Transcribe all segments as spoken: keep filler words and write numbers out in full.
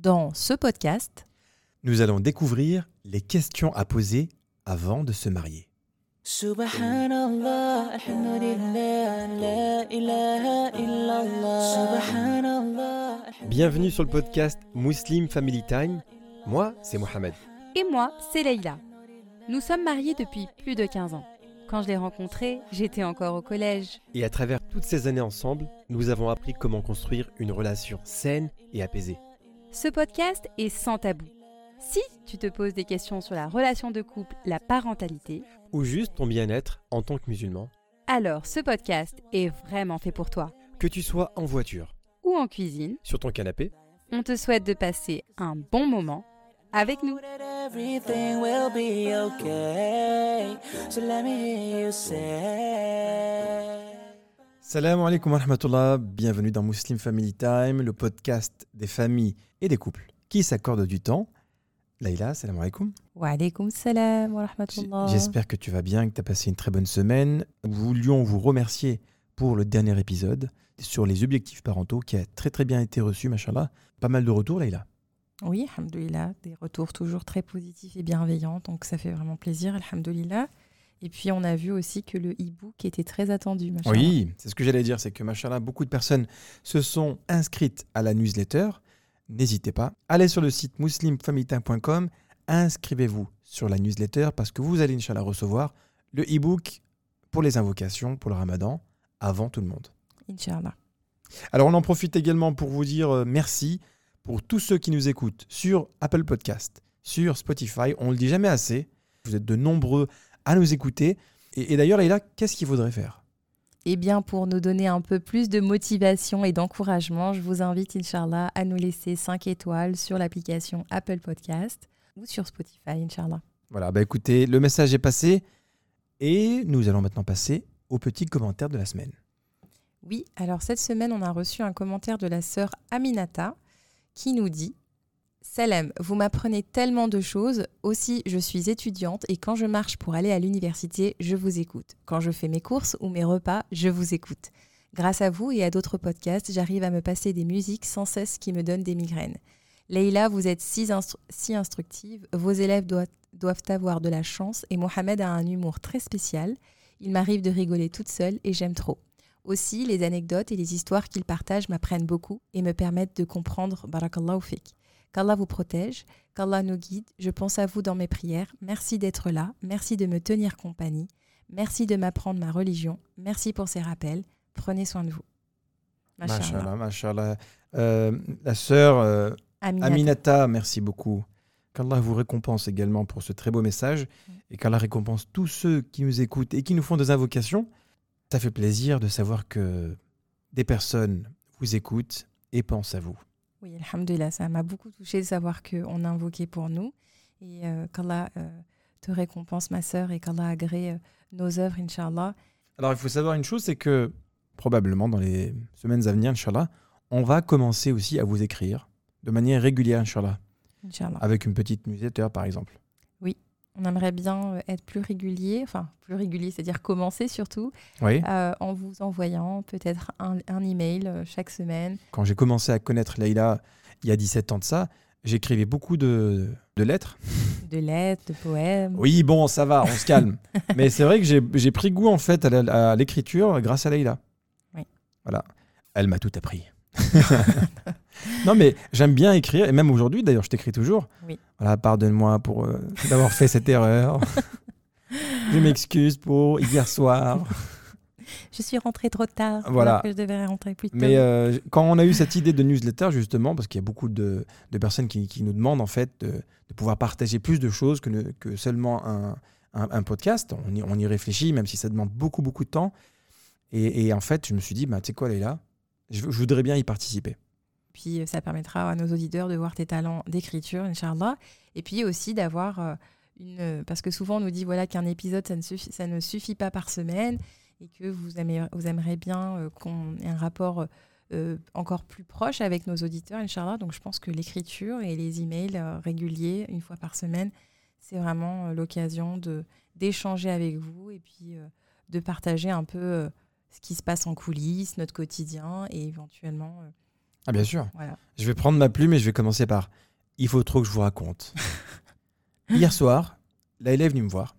Dans ce podcast, nous allons découvrir les questions à poser avant de se marier. Subhanallah, alhamdulillah, la ilaha illallah. Subhanallah. Bienvenue sur le podcast Muslim Family Time. Moi, c'est Mohamed. et moi, c'est Leïla. Nous sommes mariés depuis plus de quinze ans. Quand je l'ai rencontré, j'étais encore au collège. Et à travers toutes ces années ensemble, nous avons appris comment construire une relation saine et apaisée. Ce podcast est sans tabou. Si tu te poses des questions sur la relation de couple, la parentalité, Ou juste ton bien-être en tant que musulman. alors ce podcast est vraiment fait pour toi. Que tu sois en voiture, Ou en cuisine, sur ton canapé, on te souhaite de passer un bon moment avec nous. Everything will be okay. So let me hear you say. Salam alaikum wa rahmatullah, bienvenue dans Muslim Family Time, le podcast des familles et des couples qui s'accordent du temps. Leïla, salam alaikum. Wa alaykoum salam wa J- rahmatullah. J'espère que tu vas bien, que tu as passé une très bonne semaine. Nous voulions vous remercier pour le dernier épisode sur les objectifs parentaux qui a très très bien été reçu, machallah. Pas mal de retours, Leïla. Oui, alhamdoulilah, des retours toujours très positifs et bienveillants, donc ça fait vraiment plaisir, alhamdoulilah. Et puis on a vu aussi que le e-book était très attendu, machallah. Oui, c'est ce que j'allais dire, c'est que machallah, beaucoup de personnes se sont inscrites à la newsletter. N'hésitez pas, allez sur le site muslim family time point com, inscrivez-vous sur la newsletter parce que vous allez, Inch'Allah, recevoir le e-book pour les invocations, pour le ramadan, avant tout le monde. Inch'Allah. Alors on en profite également pour vous dire euh, merci pour tous ceux qui nous écoutent sur Apple Podcast, sur Spotify. On ne le dit jamais assez. Vous êtes de nombreux à nous écouter. Et, et d'ailleurs, Leïla, qu'est-ce qu'il faudrait faire ? Eh bien, pour nous donner un peu plus de motivation et d'encouragement, je vous invite, Inch'Allah, à nous laisser cinq étoiles sur l'application Apple Podcast ou sur Spotify, Inch'Allah. Voilà, bah écoutez, le message est passé. Et nous allons maintenant passer au petit commentaire de la semaine. Oui, alors cette semaine, on a reçu un commentaire de la sœur Aminata qui nous dit « Salam, vous m'apprenez tellement de choses. Aussi, je suis étudiante et quand je marche pour aller à l'université, je vous écoute. Quand je fais mes courses ou mes repas, je vous écoute. Grâce à vous et à d'autres podcasts, j'arrive à me passer des musiques sans cesse qui me donnent des migraines. Leïla, vous êtes si, instru- si instructive. Vos élèves doivent, doivent avoir de la chance et Mohamed a un humour très spécial. Il m'arrive de rigoler toute seule et j'aime trop. Aussi, les anecdotes et les histoires qu'il partage m'apprennent beaucoup et me permettent de comprendre Barakallahu fik. Qu'Allah vous protège, qu'Allah nous guide. Je pense à vous dans mes prières. Merci d'être là. Merci de me tenir compagnie. Merci de m'apprendre ma religion. Merci pour ces rappels. Prenez soin de vous. Mashallah. Machallah, machallah. Euh, la sœur euh, Aminata. Aminata, merci beaucoup. Qu'Allah vous récompense également pour ce très beau message. Et qu'Allah récompense tous ceux qui nous écoutent et qui nous font des invocations. Ça fait plaisir de savoir que des personnes vous écoutent et pensent à vous. Oui, alhamdoulilah, ça m'a beaucoup touchée de savoir qu'on a invoqué pour nous. Et euh, qu'Allah euh, te récompense, ma sœur, et qu'Allah agrée euh, nos œuvres, Inch'Allah. Alors, il faut savoir une chose, c'est que probablement dans les semaines à venir, Inch'Allah, on va commencer aussi à vous écrire de manière régulière, Inch'Allah, Inch'Allah. avec une petite newsletter, par exemple. On aimerait bien euh, être plus régulier, enfin plus régulier, c'est-à-dire commencer surtout, Oui. euh, en vous envoyant peut-être un, un email euh, chaque semaine. Quand j'ai commencé à connaître Leïla il y a dix-sept ans de ça, j'écrivais beaucoup de, de lettres. De lettres, de poèmes. Oui, bon, ça va, on se calme. Mais c'est vrai que j'ai, j'ai pris goût en fait à, la- à l'écriture grâce à Leïla. Oui. Voilà. Elle m'a tout appris. Non, mais j'aime bien écrire, et même aujourd'hui, d'ailleurs, je t'écris toujours. Oui. Voilà, pardonne-moi pour euh, d'avoir fait cette erreur. Je m'excuse pour hier soir. Je suis rentrée trop tard, Voilà. alors que je devais rentrer plus tôt. Mais euh, quand on a eu cette idée de newsletter, justement, parce qu'il y a beaucoup de, de personnes qui, qui nous demandent en fait de, de pouvoir partager plus de choses que, ne- que seulement un, un, un podcast, on y, on y réfléchit, même si ça demande beaucoup, beaucoup de temps. Et, et en fait, je me suis dit, bah, tu sais quoi, Leïla, je, je voudrais bien y participer. Puis euh, ça permettra à nos auditeurs de voir tes talents d'écriture, Inch'Allah. Et puis aussi d'avoir euh, une... euh, Parce que souvent on nous dit voilà, qu'un épisode, ça ne, suffit, ça ne suffit pas par semaine et que vous, aimez, vous aimeriez bien euh, qu'on ait un rapport euh, encore plus proche avec nos auditeurs, Inch'Allah. Donc je pense que l'écriture et les emails euh, réguliers, une fois par semaine, c'est vraiment euh, l'occasion de, d'échanger avec vous et puis euh, de partager un peu euh, ce qui se passe en coulisses, notre quotidien et éventuellement... Euh, Ah bien sûr. Voilà. Je vais prendre ma plume et je vais commencer par « Il faut trop que je vous raconte ». Hier soir, Laïla est venue me voir.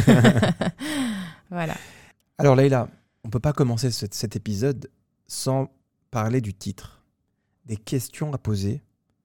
Voilà. Alors Laïla, on ne peut pas commencer cet, cet épisode sans parler du titre. Des questions à poser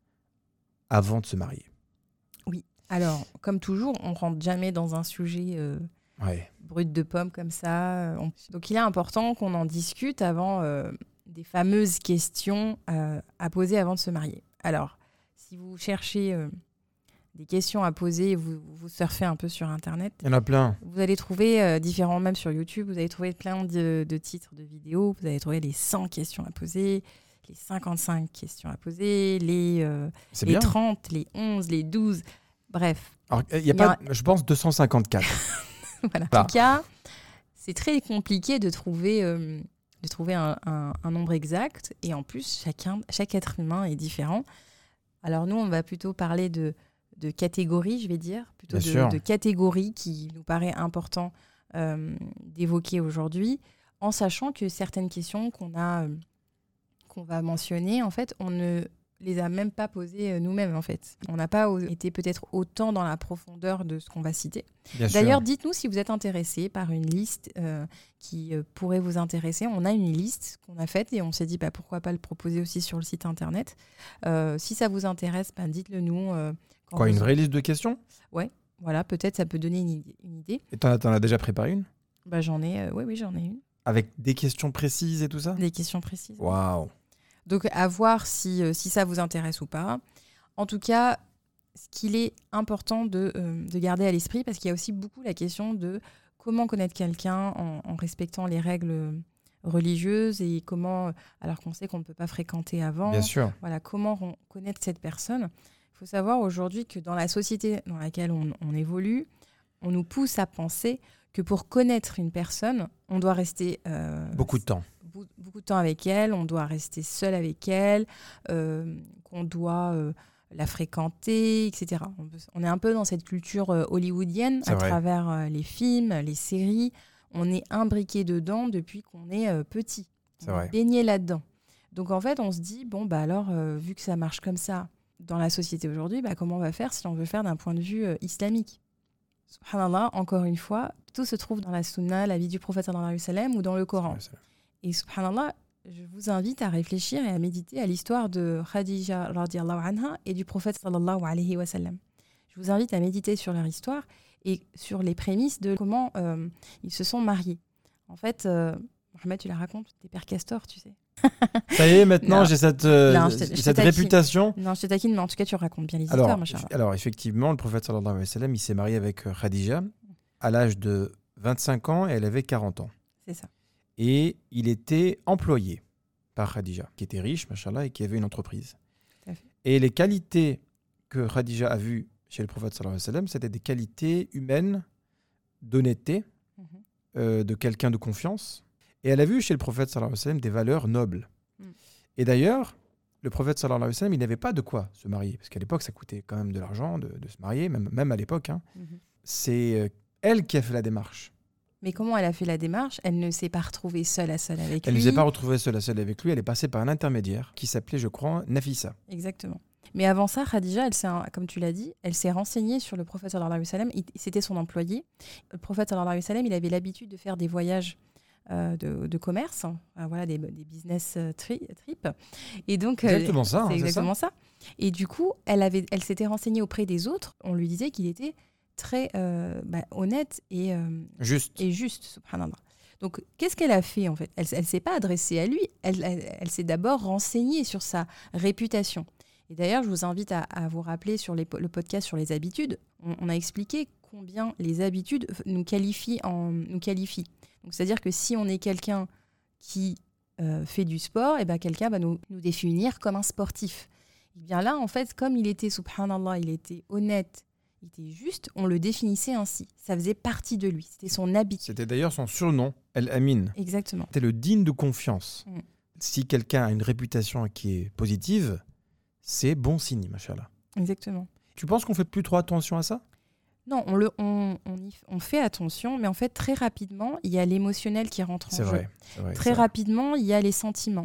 avant de se marier. Oui. Alors, comme toujours, on rentre jamais dans un sujet euh, Ouais. brut de pomme comme ça. On- Donc, il est important qu'on en discute avant euh, des fameuses questions euh, à poser avant de se marier. Alors, si vous cherchez euh, des questions à poser, vous, vous surfez un peu sur Internet, Il y en a plein. vous allez trouver euh, différents, même sur YouTube, vous allez trouver plein de, de titres de vidéos, vous allez trouver les cent questions à poser, les cinquante-cinq questions à poser, les, euh, C'est les bien. trente, les onze, les douze, bref. Alors, il y a Il y pas, a- je pense, deux cent cinquante-quatre. Voilà. Bah. En tout cas, c'est très compliqué de trouver, euh, de trouver un, un- un nombre exact. Et en plus, chacun, chaque être humain est différent. Alors nous, on va plutôt parler de, de catégories, je vais dire, plutôt Bien sûr. de, de catégories qui nous paraît important euh, d'évoquer aujourd'hui, en sachant que certaines questions qu'on a, euh, qu'on va mentionner, en fait, on ne les a même pas posées euh, nous-mêmes, en fait. On n'a pas o- été peut-être autant dans la profondeur de ce qu'on va citer. Bien sûr. D'ailleurs, dites-nous si vous êtes intéressé par une liste euh, qui euh, pourrait vous intéresser. On a une liste qu'on a faite et on s'est dit bah, pourquoi pas le proposer aussi sur le site internet. Euh, si ça vous intéresse, bah, dites-le nous. euh, quand Quoi, vous- une vraie liste de questions? Voilà, peut-être ça peut donner une idée. Une idée. Et t'en as, t'en as déjà préparé une? Bah, j'en ai, euh, oui, oui, j'en ai une. Avec des questions précises et tout ça? Des questions précises. Waouh. Donc, à voir si, euh, si ça vous intéresse ou pas. En tout cas, ce qu'il est important de, euh, de garder à l'esprit, parce qu'il y a aussi beaucoup la question de comment connaître quelqu'un en, en respectant les règles religieuses et comment, alors qu'on sait qu'on ne peut pas fréquenter avant, Bien sûr. voilà, comment on- connaître cette personne. Il faut savoir aujourd'hui que dans la société dans laquelle on, on évolue, on nous pousse à penser que pour connaître une personne, on doit rester euh, Beaucoup de temps. beau- beaucoup de temps avec elle, on doit rester seul avec elle, euh, qu'on doit euh, la fréquenter, et cetera. On, peut- on est un peu dans cette culture euh, hollywoodienne C'est à vrai. travers euh, les films, les séries. On est imbriqué dedans depuis qu'on est euh, petit. C'est On vrai. est baigné là-dedans. Donc en fait, on se dit, bon, bah alors, euh, vu que ça marche comme ça dans la société aujourd'hui, bah, comment on va faire si on veut faire d'un point de vue euh, islamique? Subhanallah, encore une fois, tout se trouve dans la sunna, la vie du prophète sallallahu alayhi wa sallam, ou dans le Coran. Ouais, c'est- Et subhanallah, je vous invite à réfléchir et à méditer à l'histoire de Khadija radiallahu anha et du prophète sallallahu alayhi wa sallam. Je vous invite à méditer sur leur histoire et sur les prémices de comment euh, ils se sont mariés. En fait, euh, Mohamed, tu la racontes, t'es père Castor, tu sais. Ça y est, maintenant, Non. j'ai cette, euh, Non, je te- je te cette taquine. réputation. Non, je te taquine, mais en tout cas, tu racontes bien les histoires, Alors, machallah. alors, effectivement, le prophète sallallahu alayhi wa sallam, il s'est marié avec euh, Khadija à l'âge de vingt-cinq ans et elle avait quarante ans. C'est ça. Et il était employé par Khadija, qui était riche, machallah, et qui avait une entreprise. Tout à fait. Et les qualités que Khadija a vues chez le prophète sallallahu alayhi wa sallam, c'était des qualités humaines, d'honnêteté, Mhm. euh, de quelqu'un de confiance. Et elle a vu chez le prophète sallallahu alayhi wa sallam des valeurs nobles. Mm. Et d'ailleurs, le prophète sallallahu alayhi wa sallam, il n'avait pas de quoi se marier. Parce qu'à l'époque, ça coûtait quand même de l'argent de, de se marier, même, même à l'époque. hein. Mhm. C'est euh, elle qui a fait la démarche. Mais comment elle a fait la démarche? Elle ne s'est pas retrouvée seule à seule avec Elle ne lui. s'est pas retrouvée seule à seule avec lui. Elle est passée par un intermédiaire qui s'appelait, je crois, Nafissa. Exactement. Mais avant ça, Khadija, elle s'est, comme tu l'as dit, elle s'est renseignée sur le prophète sallallahu alayhi wa sallam. Il- C'était son employé. Le prophète sallallahu alayhi wa sallam, il avait l'habitude de faire des voyages euh, de, de commerce, hein, euh, voilà, des, des business euh, tri- trips. Et donc, euh, Exactement ça, hein, c'est c'est ça. exactement ça. Et du coup, elle, avait, elle s'était renseignée auprès des autres. On lui disait qu'il était très euh, bah, honnête et, euh, Juste. et juste, subhanallah. Donc, qu'est-ce qu'elle a fait, en fait? Elle ne s'est pas adressée à lui. Elle, elle, elle s'est d'abord renseignée sur sa réputation. Et d'ailleurs, je vous invite à, à vous rappeler sur les, po- le podcast sur les habitudes. On, on a expliqué combien les habitudes nous qualifient. En, nous qualifient. Donc, c'est-à-dire que si on est quelqu'un qui euh, fait du sport, et ben, quelqu'un va nous, nous définir comme un sportif. Et bien là, en fait, comme il était, subhanallah, il était honnête, il était juste, on le définissait ainsi. Ça faisait partie de lui. C'était son habitude. C'était d'ailleurs son surnom, El Amin. Exactement. C'était le digne de confiance. Mm. Si quelqu'un a une réputation qui est positive, c'est bon signe, machallah. Exactement. Tu penses qu'on fait plus trop attention à ça? Non, on, le, on, on, y, on fait attention, mais en fait, très rapidement, il y a l'émotionnel qui rentre en C'est jeu. vrai. c'est vrai, Très c'est vrai. rapidement, il y a les sentiments.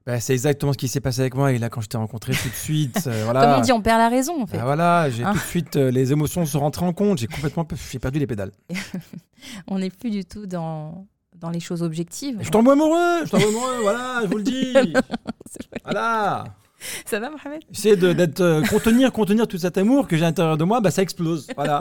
Bah, c'est exactement ce qui s'est passé avec moi. Et là, quand je t'ai rencontré tout de suite, euh, voilà. Comme on dit, on perd la raison en fait. Ah, voilà, j'ai Hein tout de suite euh, les émotions se rentrées en compte. J'ai complètement j'ai perdu les pédales. On n'est plus du tout dans, dans les choses objectives. Et je tombe amoureux, je tombe amoureux, voilà, je vous le dis. C'est vrai. Voilà. Ça va, Mohamed? J'essaie de d'être euh, contenir, contenir tout cet amour que j'ai à l'intérieur de moi, bah ça explose. Voilà.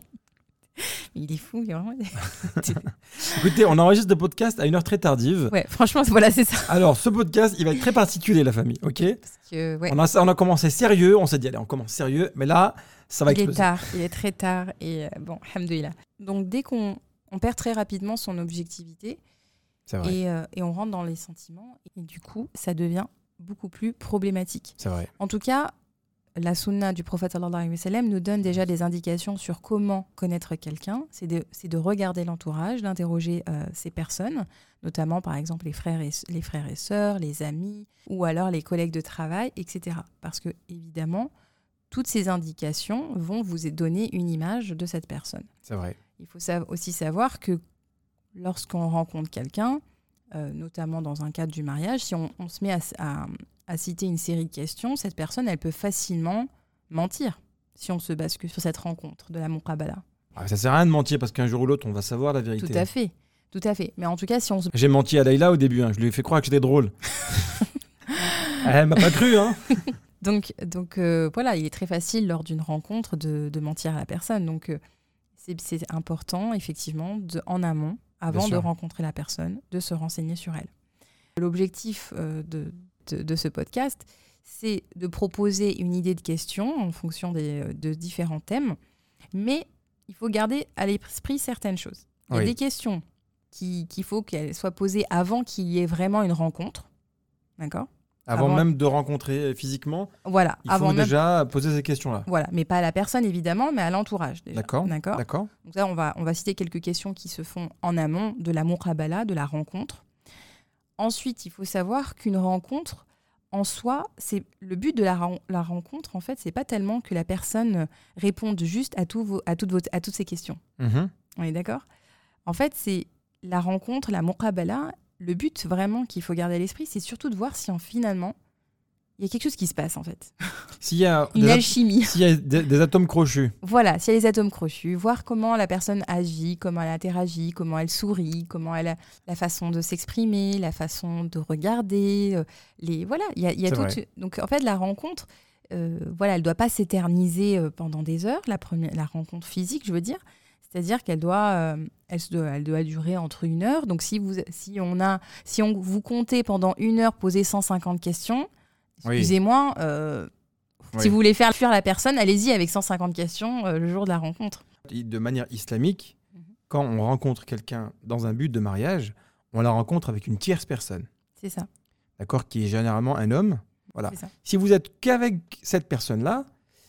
Il est fou, il est vraiment. Écoutez, on enregistre le podcast à une heure très tardive. Ouais, franchement, voilà, c'est ça. Alors, ce podcast, il va être très particulier, la famille, ok? Parce que, ouais, on, a, on a commencé sérieux, on s'est dit, allez, on commence sérieux, mais là, ça va il est exploser. tard, il est très tard. Et euh, bon, alhamdoulilah. Donc, dès qu'on on perd très rapidement son objectivité C'est vrai, et, euh, et on rentre dans les sentiments, et du coup, ça devient beaucoup plus problématique. c'est vrai. En tout cas, la sunna du prophète sallallahu alayhi wa sallam nous donne déjà des indications sur comment connaître quelqu'un. C'est de, c'est de regarder l'entourage, d'interroger euh, ces personnes, notamment par exemple les frères, et, les frères et sœurs, les amis, ou alors les collègues de travail, et cetera. Parce que, évidemment, toutes ces indications vont vous donner une image de cette personne. C'est vrai. Il faut sa- aussi savoir que lorsqu'on rencontre quelqu'un, euh, notamment dans un cadre du mariage, si on, on se met à, à, à citer une série de questions, cette personne, elle peut facilement mentir si on se base que sur cette rencontre de la muqabala. Ah, ça sert à rien de mentir parce qu'un jour ou l'autre, on va savoir la vérité. Tout à fait, tout à fait. Mais en tout cas, si on se... J'ai menti à Leïla au début, hein. Je lui ai fait croire que j'étais drôle. Elle m'a pas cru, hein. Donc, donc euh, voilà, il est très facile lors d'une rencontre de, de mentir à la personne. Donc, euh, c'est, c'est important, effectivement, de, en amont, avant Bien de sûr. rencontrer la personne, de se renseigner sur elle. L'objectif euh, de, de, de ce podcast, c'est de proposer une idée de question en fonction des, de différents thèmes, mais il faut garder à l'esprit certaines choses. Il y a Oui. des questions qui, qu'il faut qu'elles soient posées avant qu'il y ait vraiment une rencontre. D'accord ? Avant, Avant- même de rencontrer physiquement, Voilà, il avant faut même... déjà poser ces questions-là. Voilà, mais pas à la personne évidemment, mais à l'entourage déjà. D'accord. D'accord. D'accord. Donc là, on va, on va citer quelques questions qui se font en amont de la muqabala, de la rencontre. Ensuite, il faut savoir qu'une rencontre, en soi, c'est le but de la, ren- la rencontre, en fait, c'est pas tellement que la personne réponde juste à, tous vos, à, toutes, vos, à toutes ces questions. Mhm. On est d'accord ? En fait, c'est la rencontre, la muqabala, le but vraiment qu'il faut garder à l'esprit, c'est surtout de voir si en, finalement, il y a quelque chose qui se passe, en fait. S'il y a, Une des, at- alchimie. s'il y a des, des atomes crochus, Voilà, s'il y a les atomes crochus, voir comment la personne agit, comment elle interagit, comment elle sourit, comment elle a la façon de s'exprimer, la façon de regarder, euh, les voilà, il y a, il y a C'est tout. vrai. Donc en fait, la rencontre, euh, voilà, elle doit pas s'éterniser euh, pendant des heures. La première, la rencontre physique, je veux dire, c'est-à-dire qu'elle doit, euh, elle, se doit, elle doit durer entre une heure. Donc si vous, si on a, si on vous comptez pendant une heure poser cent cinquante questions, Oui. excusez-moi. euh, Oui. Si vous voulez faire fuir la personne, allez-y avec cent cinquante questions euh, le jour de la rencontre. de manière islamique, Mhm. quand on rencontre quelqu'un dans un but de mariage, on la rencontre avec une tierce personne, C'est ça. d'accord, qui est généralement un homme. Voilà. C'est ça. Si vous êtes qu'avec cette personne-là,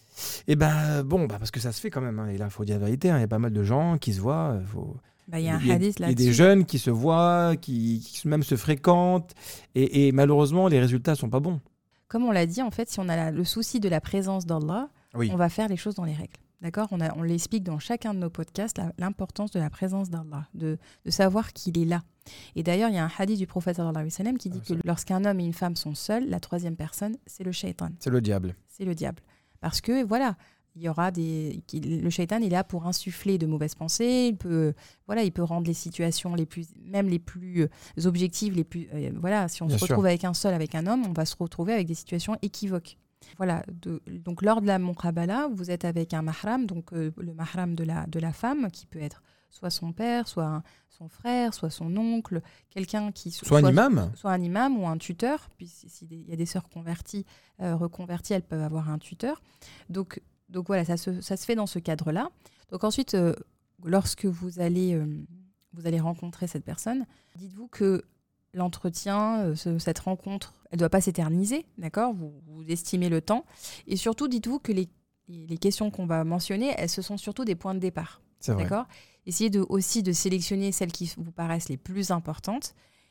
eh ben bon, bah parce que ça se fait quand même. Hein, et là, il faut dire la vérité. hein, Il y a pas mal de gens qui se voient. euh, Faut... Bah, il y a un Il y a- hadith il y a là-dessus. des jeunes qui se voient, qui, qui même se fréquentent, et, et malheureusement, les résultats sont pas bons. Comme on l'a dit, en fait, si on a la- le souci de la présence d'Allah, Oui. on va faire les choses dans les règles. D'accord ? On, a- on l'explique dans chacun de nos podcasts, la- l'importance de la présence d'Allah, de, de savoir qu'il est là. Et d'ailleurs, il y a un hadith du prophète sallallahu alayhi wa sallam qui dit Ah, que ça. lorsqu'un homme et une femme sont seuls, la troisième personne, c'est le shaitan, C'est le diable. c'est le diable. Parce que, voilà, il y aura des... qui- Le shaitan, il est là pour insuffler de mauvaises pensées, il peut, voilà, il peut rendre les situations les plus, même les plus euh, objectives, les plus... euh, voilà, si on Bien se sûr. retrouve avec un seul, avec un homme, on va se retrouver avec des situations équivoques. Voilà, de- donc lors de la muqabala, vous êtes avec un mahram, donc euh, le mahram de la, de la femme, qui peut être soit son père, soit un- son frère, soit son oncle, quelqu'un qui... so- Soit un imam. Soit un imam ou un tuteur, puis s'il y a des sœurs converties, euh, reconverties, elles peuvent avoir un tuteur. Donc, donc voilà, ça se, ça se fait dans ce cadre-là. Donc ensuite, euh, lorsque vous allez, euh, vous allez rencontrer cette personne, dites-vous que l'entretien, euh, ce- cette rencontre, elle ne doit pas s'éterniser, d'accord ? vous, vous estimez le temps. Et surtout, dites-vous que les, les questions qu'on va mentionner, elles, ce sont surtout des points de départ. C'est vrai. D'accord ? Essayez de, aussi de sélectionner celles qui vous paraissent les plus importantes.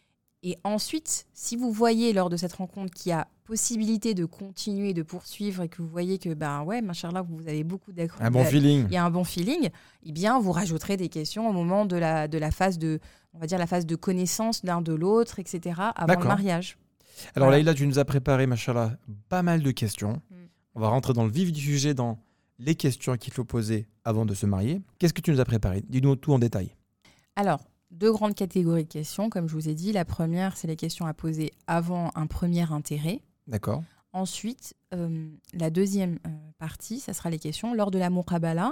Et ensuite, si vous voyez lors de cette rencontre qu'il y a possibilité de continuer, de poursuivre, et que vous voyez que, ben ouais, machallah, vous avez beaucoup d'accro... Un bon feeling. il y a un bon feeling, eh bien, vous rajouterez des questions au moment de la, de la phase de, on va dire, la phase de connaissance l'un de l'autre, et cetera, avant D'accord. le mariage. Alors Voilà. Laïla, tu nous as préparé, machallah, pas mal de questions. Mm. On va rentrer dans le vif du sujet, dans les questions qu'il faut poser avant de se marier. Qu'est-ce que tu nous as préparé? Dis-nous tout en détail. Alors, deux grandes catégories de questions, comme je vous ai dit. La première, c'est les questions à poser avant un premier intérêt. D'accord. Ensuite, euh, la deuxième euh, partie, ça sera les questions lors de la muqabala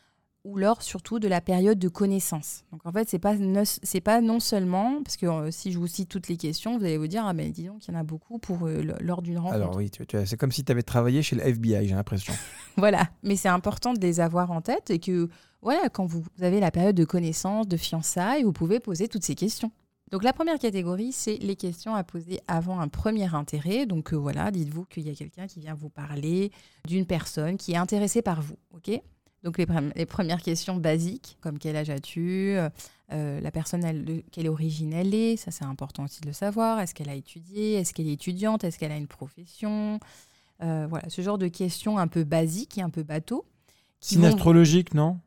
ou lors surtout de la période de connaissance. Donc en fait, c'est pas ne- c'est pas non seulement parce que euh, si je vous cite toutes les questions, vous allez vous dire ah mais dis donc il y en a beaucoup pour euh, le- lors d'une rencontre. Alors oui, tu, tu- c'est comme si tu avais travaillé chez le F B I, j'ai l'impression. Voilà, mais c'est important de les avoir en tête et que voilà, quand vous avez la période de connaissance, de fiançailles, vous pouvez poser toutes ces questions. Donc la première catégorie, c'est les questions à poser avant un premier intérêt. Donc euh, voilà, dites-vous qu'il y a quelqu'un qui vient vous parler d'une personne qui est intéressée par vous, ok ? Donc les, pre- les premières questions basiques, comme quel âge as-tu, euh, euh, la personne, elle, de quelle origine elle est, ça c'est important aussi de le savoir. Est-ce qu'elle a étudié, est-ce qu'elle est étudiante, est-ce qu'elle a une profession ? Euh, Voilà, ce genre de questions un peu basiques et un peu bateau. qui Signe vont- astrologique, non?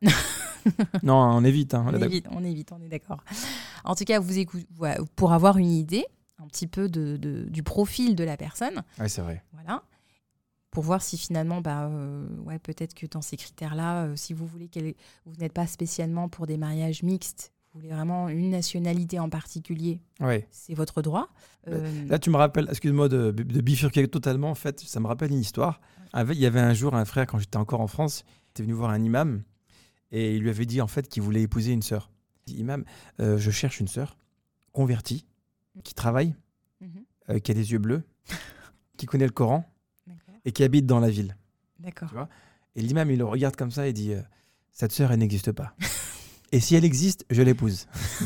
Non, on évite. Hein, On là, évite, on évite, on est d'accord. En tout cas, vous écoutez, voilà, pour avoir une idée un petit peu de, de- du profil de la personne, Ouais, c'est vrai. voilà, pour voir si finalement, bah, euh, ouais, peut-être que dans ces critères-là, euh, si vous voulez qu'elle, vous n'êtes pas spécialement pour des mariages mixtes, vous voulez vraiment une nationalité en particulier, Ouais. c'est votre droit. Euh, Là, tu me rappelles, excuse-moi de, de bifurquer totalement, en fait, ça me rappelle une histoire. Avec- Il y avait un jour un frère, quand j'étais encore en France, il était venu voir un imam et il lui avait dit en fait qu'il voulait épouser une sœur. Il dit, imam, euh, je cherche une sœur convertie, qui travaille, mhm, euh, qui a des yeux bleus, qui connaît le Coran d'accord, et qui habite dans la ville. d'accord. Tu vois. Et l'imam, il le regarde comme ça et dit euh, cette sœur, elle n'existe pas. Et si elle existe, je l'épouse.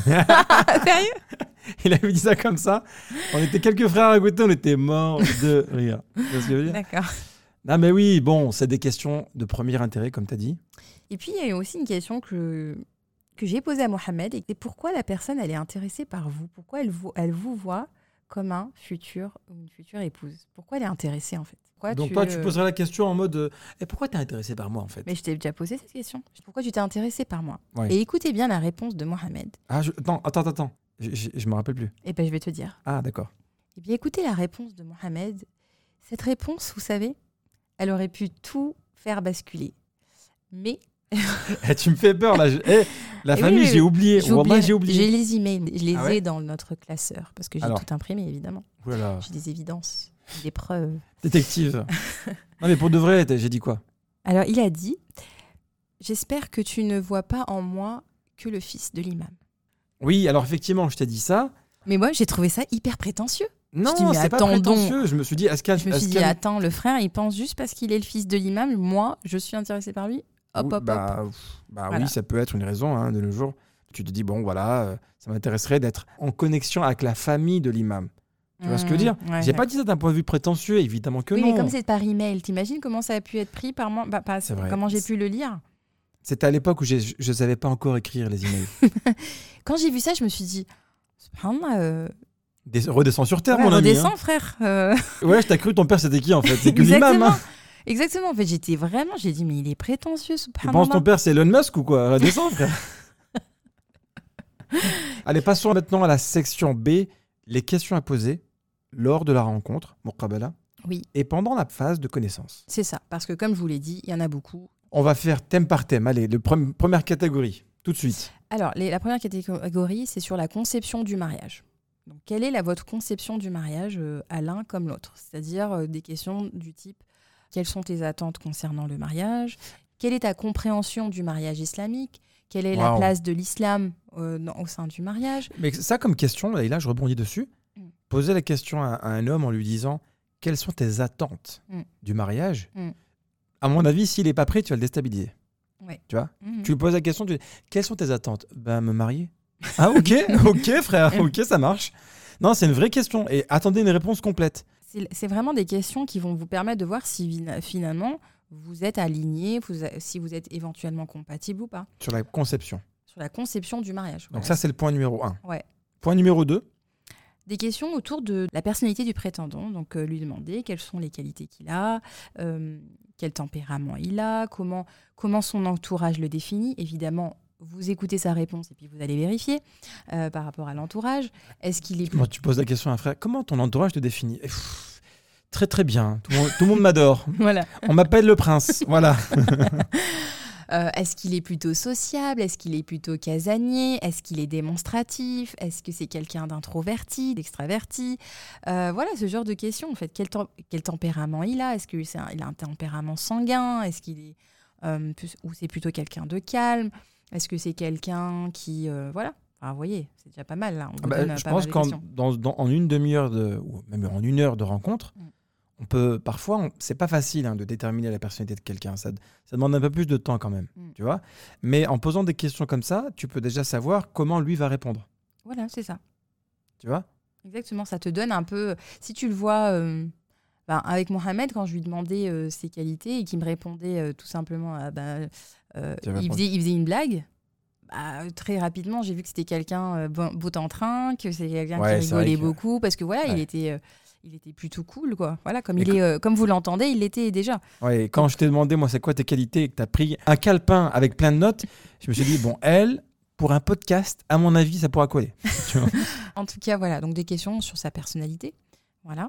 Sérieux? Il avait dit ça comme ça. On était quelques frères à côté, on était morts de rire. Tu vois ce que je veux dire? D'accord. Non, mais oui, bon, c'est des questions de premier intérêt, comme tu as dit. Et puis, il y a aussi une question que, que j'ai posée à Mohamed, et c'est pourquoi la personne, elle est intéressée par vous? Pourquoi elle vous, elle vous voit comme un futur ou une future épouse? Pourquoi elle est intéressée, en fait? Pourquoi Donc, toi, tu euh, poserais la question en mode euh, eh, pourquoi tu es intéressé par moi, en fait? Mais je t'ai déjà posé cette question. Pourquoi tu t'es intéressée par moi? Ouais. Et écoutez bien la réponse de Mohamed. Ah, je... non, attends, attends, attends. Je, je, je me rappelle plus. Et ben, je vais te dire. Ah, d'accord. Eh bien, écoutez la réponse de Mohamed. Cette réponse, vous savez, elle aurait pu tout faire basculer. Mais Eh, tu me fais peur, là. Je- eh, la Eh famille, oui, oui, j'ai oui. oublié. j'ai Wallah, oublié, j'ai oublié. j'ai les emails, je les Ah ouais ai dans notre classeur parce que j'ai Alors. tout imprimé, évidemment. Ouh là là. J'ai des évidences, des preuves. Détective. Non, mais pour de vrai, t'as- j'ai dit quoi? Alors, il a dit « J'espère que tu ne vois pas en moi que le fils de l'imam. Oui, alors effectivement, je t'ai dit ça. » Mais moi, j'ai trouvé ça hyper prétentieux. Non, dis, mais c'est pas attends donc. prétentieux. Je me suis dit, est-ce qu'elle. Je me est-ce suis dit « qu'elle- Attends, le frère, il pense juste parce qu'il est le fils de l'imam. Moi, je suis intéressée par lui. Hop, Oui, hop, hop. bah, pff, bah Voilà. oui, ça peut être une raison hein, de nos jours. Tu te dis, bon, voilà, euh, ça m'intéresserait d'être en connexion avec la famille de l'imam. Tu vois ce que je veux dire? Mmh, ouais, J'ai ouais. pas dit ça d'un point de vue prétentieux, évidemment que Oui, non. mais comme c'est par email, t'imagines comment ça a pu être pris par moi bah, pas- C'est vrai. Comment j'ai pu le lire? C'était à l'époque où j'ai- je ne savais pas encore écrire les emails. Quand j'ai vu ça, je me suis dit Subhanallah, euh, Des- Redescends sur terre, ouais, mon ami. redescends, frère. euh. Hein. Ouais, je t'ai cru, ton père, c'était qui en fait? C'est que l'imam. Exactement. Hein. Exactement. En fait, j'étais vraiment, j'ai dit, mais il est prétentieux, Tu subhanallah. penses ton père, c'est Elon Musk ou quoi? Redescends, frère. Allez, passons maintenant à la section B, les questions à poser lors de la rencontre, Muqabala, Oui, et pendant la phase de connaissance. c'est ça. Parce que comme je vous l'ai dit, il y en a beaucoup. On va faire thème par thème. Allez, le pre- première catégorie, tout de suite. Alors, les- la première catégorie, c'est sur la conception du mariage. Donc, quelle est la, votre conception du mariage euh, à l'un comme l'autre? C'est-à-dire euh, des questions du type quelles sont tes attentes concernant le mariage? Quelle est ta compréhension du mariage islamique? Quelle est la Waouh. place de l'islam euh, dans- au sein du mariage? Mais ça, comme question, et là, je rebondis dessus. Mm. Poser la question à, à un homme en lui disant quelles sont tes attentes Mm. du mariage. Mm. À mon avis, s'il n'est pas prêt, tu vas le déstabiliser. Ouais. Tu vois Mhm. Tu lui poses la question, tu dis quelles sont tes attentes? Ben, me marier. Ah, ok, ok, frère, ok, ça marche. Non, c'est une vraie question. Et attendez une réponse complète. C'est c'est vraiment des questions qui vont vous permettre de voir si vina- finalement vous êtes aligné, vous a- si vous êtes éventuellement compatible ou pas, Sur la conception. sur la conception du mariage. Donc, Voilà. ça, c'est le point numéro un. Ouais. Point numéro deux. Des questions autour de la personnalité du prétendant, donc euh, lui demander quelles sont les qualités qu'il a, euh, quel tempérament il a, comment, comment son entourage le définit. Évidemment, vous écoutez sa réponse et puis vous allez vérifier euh, par rapport à l'entourage. Est-ce qu'il est plus... Moi, tu poses la question à un frère, comment ton entourage te définit? Et pff, Très très bien, tout le monde, tout le monde m'adore. Voilà. On m'appelle le prince, voilà. Euh, est-ce qu'il est plutôt sociable? Est-ce qu'il est plutôt casanier? Est-ce qu'il est démonstratif? Est-ce que c'est quelqu'un d'introverti, d'extraverti? euh, Voilà, ce genre de questions. En fait, quel, tem- quel tempérament il a? Est-ce qu'il a un tempérament sanguin? Est-ce qu'il est euh, plus, ou c'est plutôt quelqu'un de calme? Est-ce que c'est quelqu'un qui euh, voilà? Enfin, vous voyez, c'est déjà pas mal là. On vous Bah, donne, je pas pense mal de qu'en questions. dans, dans- en une demi-heure de, ou même en une heure de rencontre, Mm. on peut parfois, on- c'est pas facile hein, de déterminer la personnalité de quelqu'un. Ça, ça demande un peu plus de temps quand même, Mm. tu vois. Mais en posant des questions comme ça, tu peux déjà savoir comment lui va répondre, Voilà, c'est ça. tu vois. Exactement, ça te donne un peu... Si tu le vois euh, ben, avec Mohamed, quand je lui demandais euh, ses qualités et qu'il me répondait euh, tout simplement, ah, ben, euh, Tu vas il, répondre. faisait, il faisait une blague, bah, très rapidement, j'ai vu que c'était quelqu'un euh, bon- beau en train, que c'est quelqu'un Ouais, qui c'est vrai rigolait que- beaucoup, parce que voilà, il, Ouais. était, euh, il était plutôt cool, quoi. Voilà, comme, Et il que- est, euh, comme vous l'entendez, il l'était déjà. Ouais, et quand je t'ai demandé, moi, c'est quoi tes qualités et que tu as pris un calepin avec plein de notes, je me suis dit, bon, elle, pour un podcast, à mon avis, ça pourra coller. Tu vois. En tout cas, voilà, donc des questions sur sa personnalité. Voilà.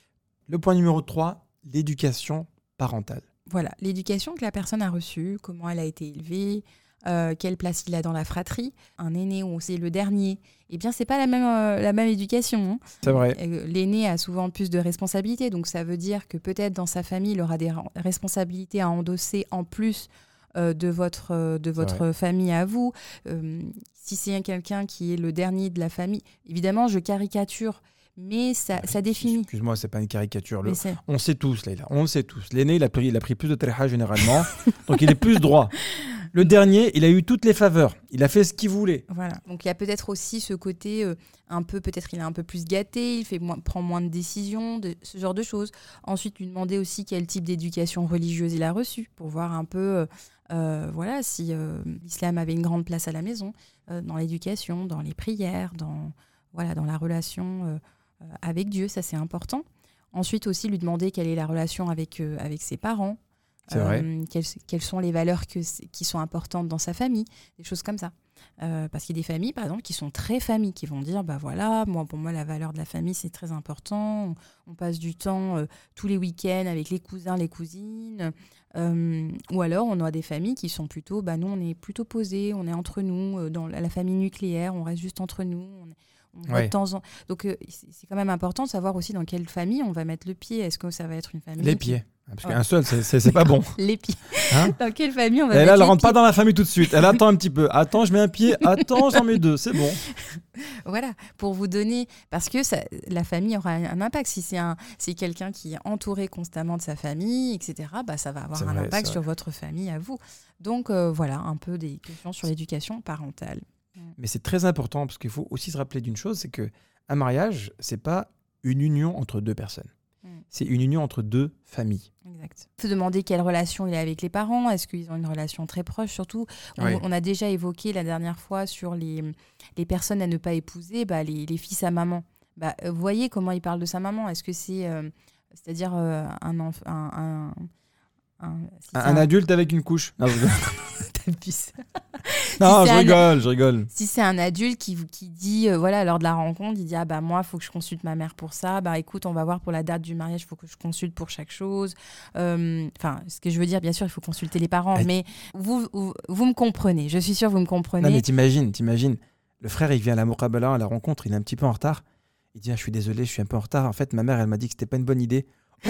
Le point numéro trois, l'éducation parentale. Voilà, l'éducation que la personne a reçue, comment elle a été élevée, euh, quelle place il a dans la fratrie. Un aîné ou c'est le dernier, eh bien, c'est pas la même, euh, la même éducation. hein. C'est vrai. Euh, L'aîné a souvent plus de responsabilités, donc ça veut dire que peut-être dans sa famille, il aura des ra- responsabilités à endosser en plus euh, de votre, euh, de votre famille à vous. Euh, si c'est quelqu'un qui est le dernier de la famille, évidemment, je caricature, mais ça, ça définit. Excuse-moi, c'est pas une caricature. Le- Mais c'est- On sait tous, Leïla, on le sait tous. L'aîné, il a pris, il a pris plus de tréha généralement, donc il est plus droit. Le dernier, il a eu toutes les faveurs. Il a fait ce qu'il voulait. Voilà. Donc il y a peut-être aussi ce côté euh, un peu, peut-être il est un peu plus gâté, il fait moins, prend moins de décisions, de, ce genre de choses. Ensuite, lui demander aussi quel type d'éducation religieuse il a reçu pour voir un peu, euh, euh, voilà, si euh, l'islam avait une grande place à la maison, euh, dans l'éducation, dans les prières, dans, voilà, dans la relation euh, euh, avec Dieu, ça c'est important. Ensuite aussi lui demander quelle est la relation avec, euh, avec ses parents. C'est vrai. Euh, quelles, quelles sont les valeurs que, c'est- qui sont importantes dans sa famille, des choses comme ça. Euh, parce qu'il y a des familles, par exemple, qui sont très familles, qui vont dire, bah voilà, moi, pour moi, la valeur de la famille, c'est très important. On, on passe du temps euh, tous les week-ends avec les cousins, les cousines. Euh, ou alors, on a des familles qui sont plutôt, bah nous, on est plutôt posés, on est entre nous, euh, dans la, la famille nucléaire, on reste juste entre nous. On, on va Ouais. de temps en... Donc, euh, c'est c'est quand même important de savoir aussi dans quelle famille on va mettre le pied. Est-ce que ça va être une famille Les qui- pieds. Parce Ouais. qu'un seul, c'est- c'est c'est pas bon. Les pieds. Hein Dans quelle famille on va Et mettre là, elle les rentre pas pieds dans la famille tout de suite. Elle attend un petit peu. Attends, je mets un pied. Attends, j'en mets deux. C'est bon. Voilà, pour vous donner... Parce que ça, la famille aura un, un impact. Si c'est un, c'est quelqu'un qui est entouré constamment de sa famille, et cetera, bah, ça va avoir C'est un vrai, impact c'est sur votre famille à vous. Donc euh, voilà, un peu des questions sur l'éducation parentale. Mais c'est très important parce qu'il faut aussi se rappeler d'une chose, c'est que un mariage, c'est pas une union entre deux personnes. Mm. C'est une union entre deux familles. Exact. Se demander quelle relation il a avec les parents. Est-ce qu'ils ont une relation très proche? Surtout, on, Oui. on a déjà évoqué la dernière fois sur les, les personnes à ne pas épouser, bah, les, les fils à maman. Bah, euh, vous voyez comment il parle de sa maman. Est-ce que c'est, euh, c'est-à-dire euh, un, enf- un, un, un, si Un, c'est un adulte avec une couche. Non, je, T'abuses. non, Si je c'est un- rigole, je rigole. Si c'est un adulte qui, vous- qui dit, euh, voilà, lors de la rencontre, il dit, ah bah moi, il faut que je consulte ma mère pour ça. Bah écoute, on va voir pour la date du mariage, il faut que je consulte pour chaque chose. Euh, Enfin, ce que je veux dire, bien sûr, il faut consulter les parents. Eh. Mais vous, vous, vous me comprenez. Je suis sûre que vous me comprenez. Non, mais t'imagines, t'imagines. Le frère, il vient à la Muqabala, à la rencontre, il est un petit peu en retard. Il dit, ah, je suis désolé, je suis un peu en retard. En fait, ma mère, elle m'a dit que c'était pas une bonne idée.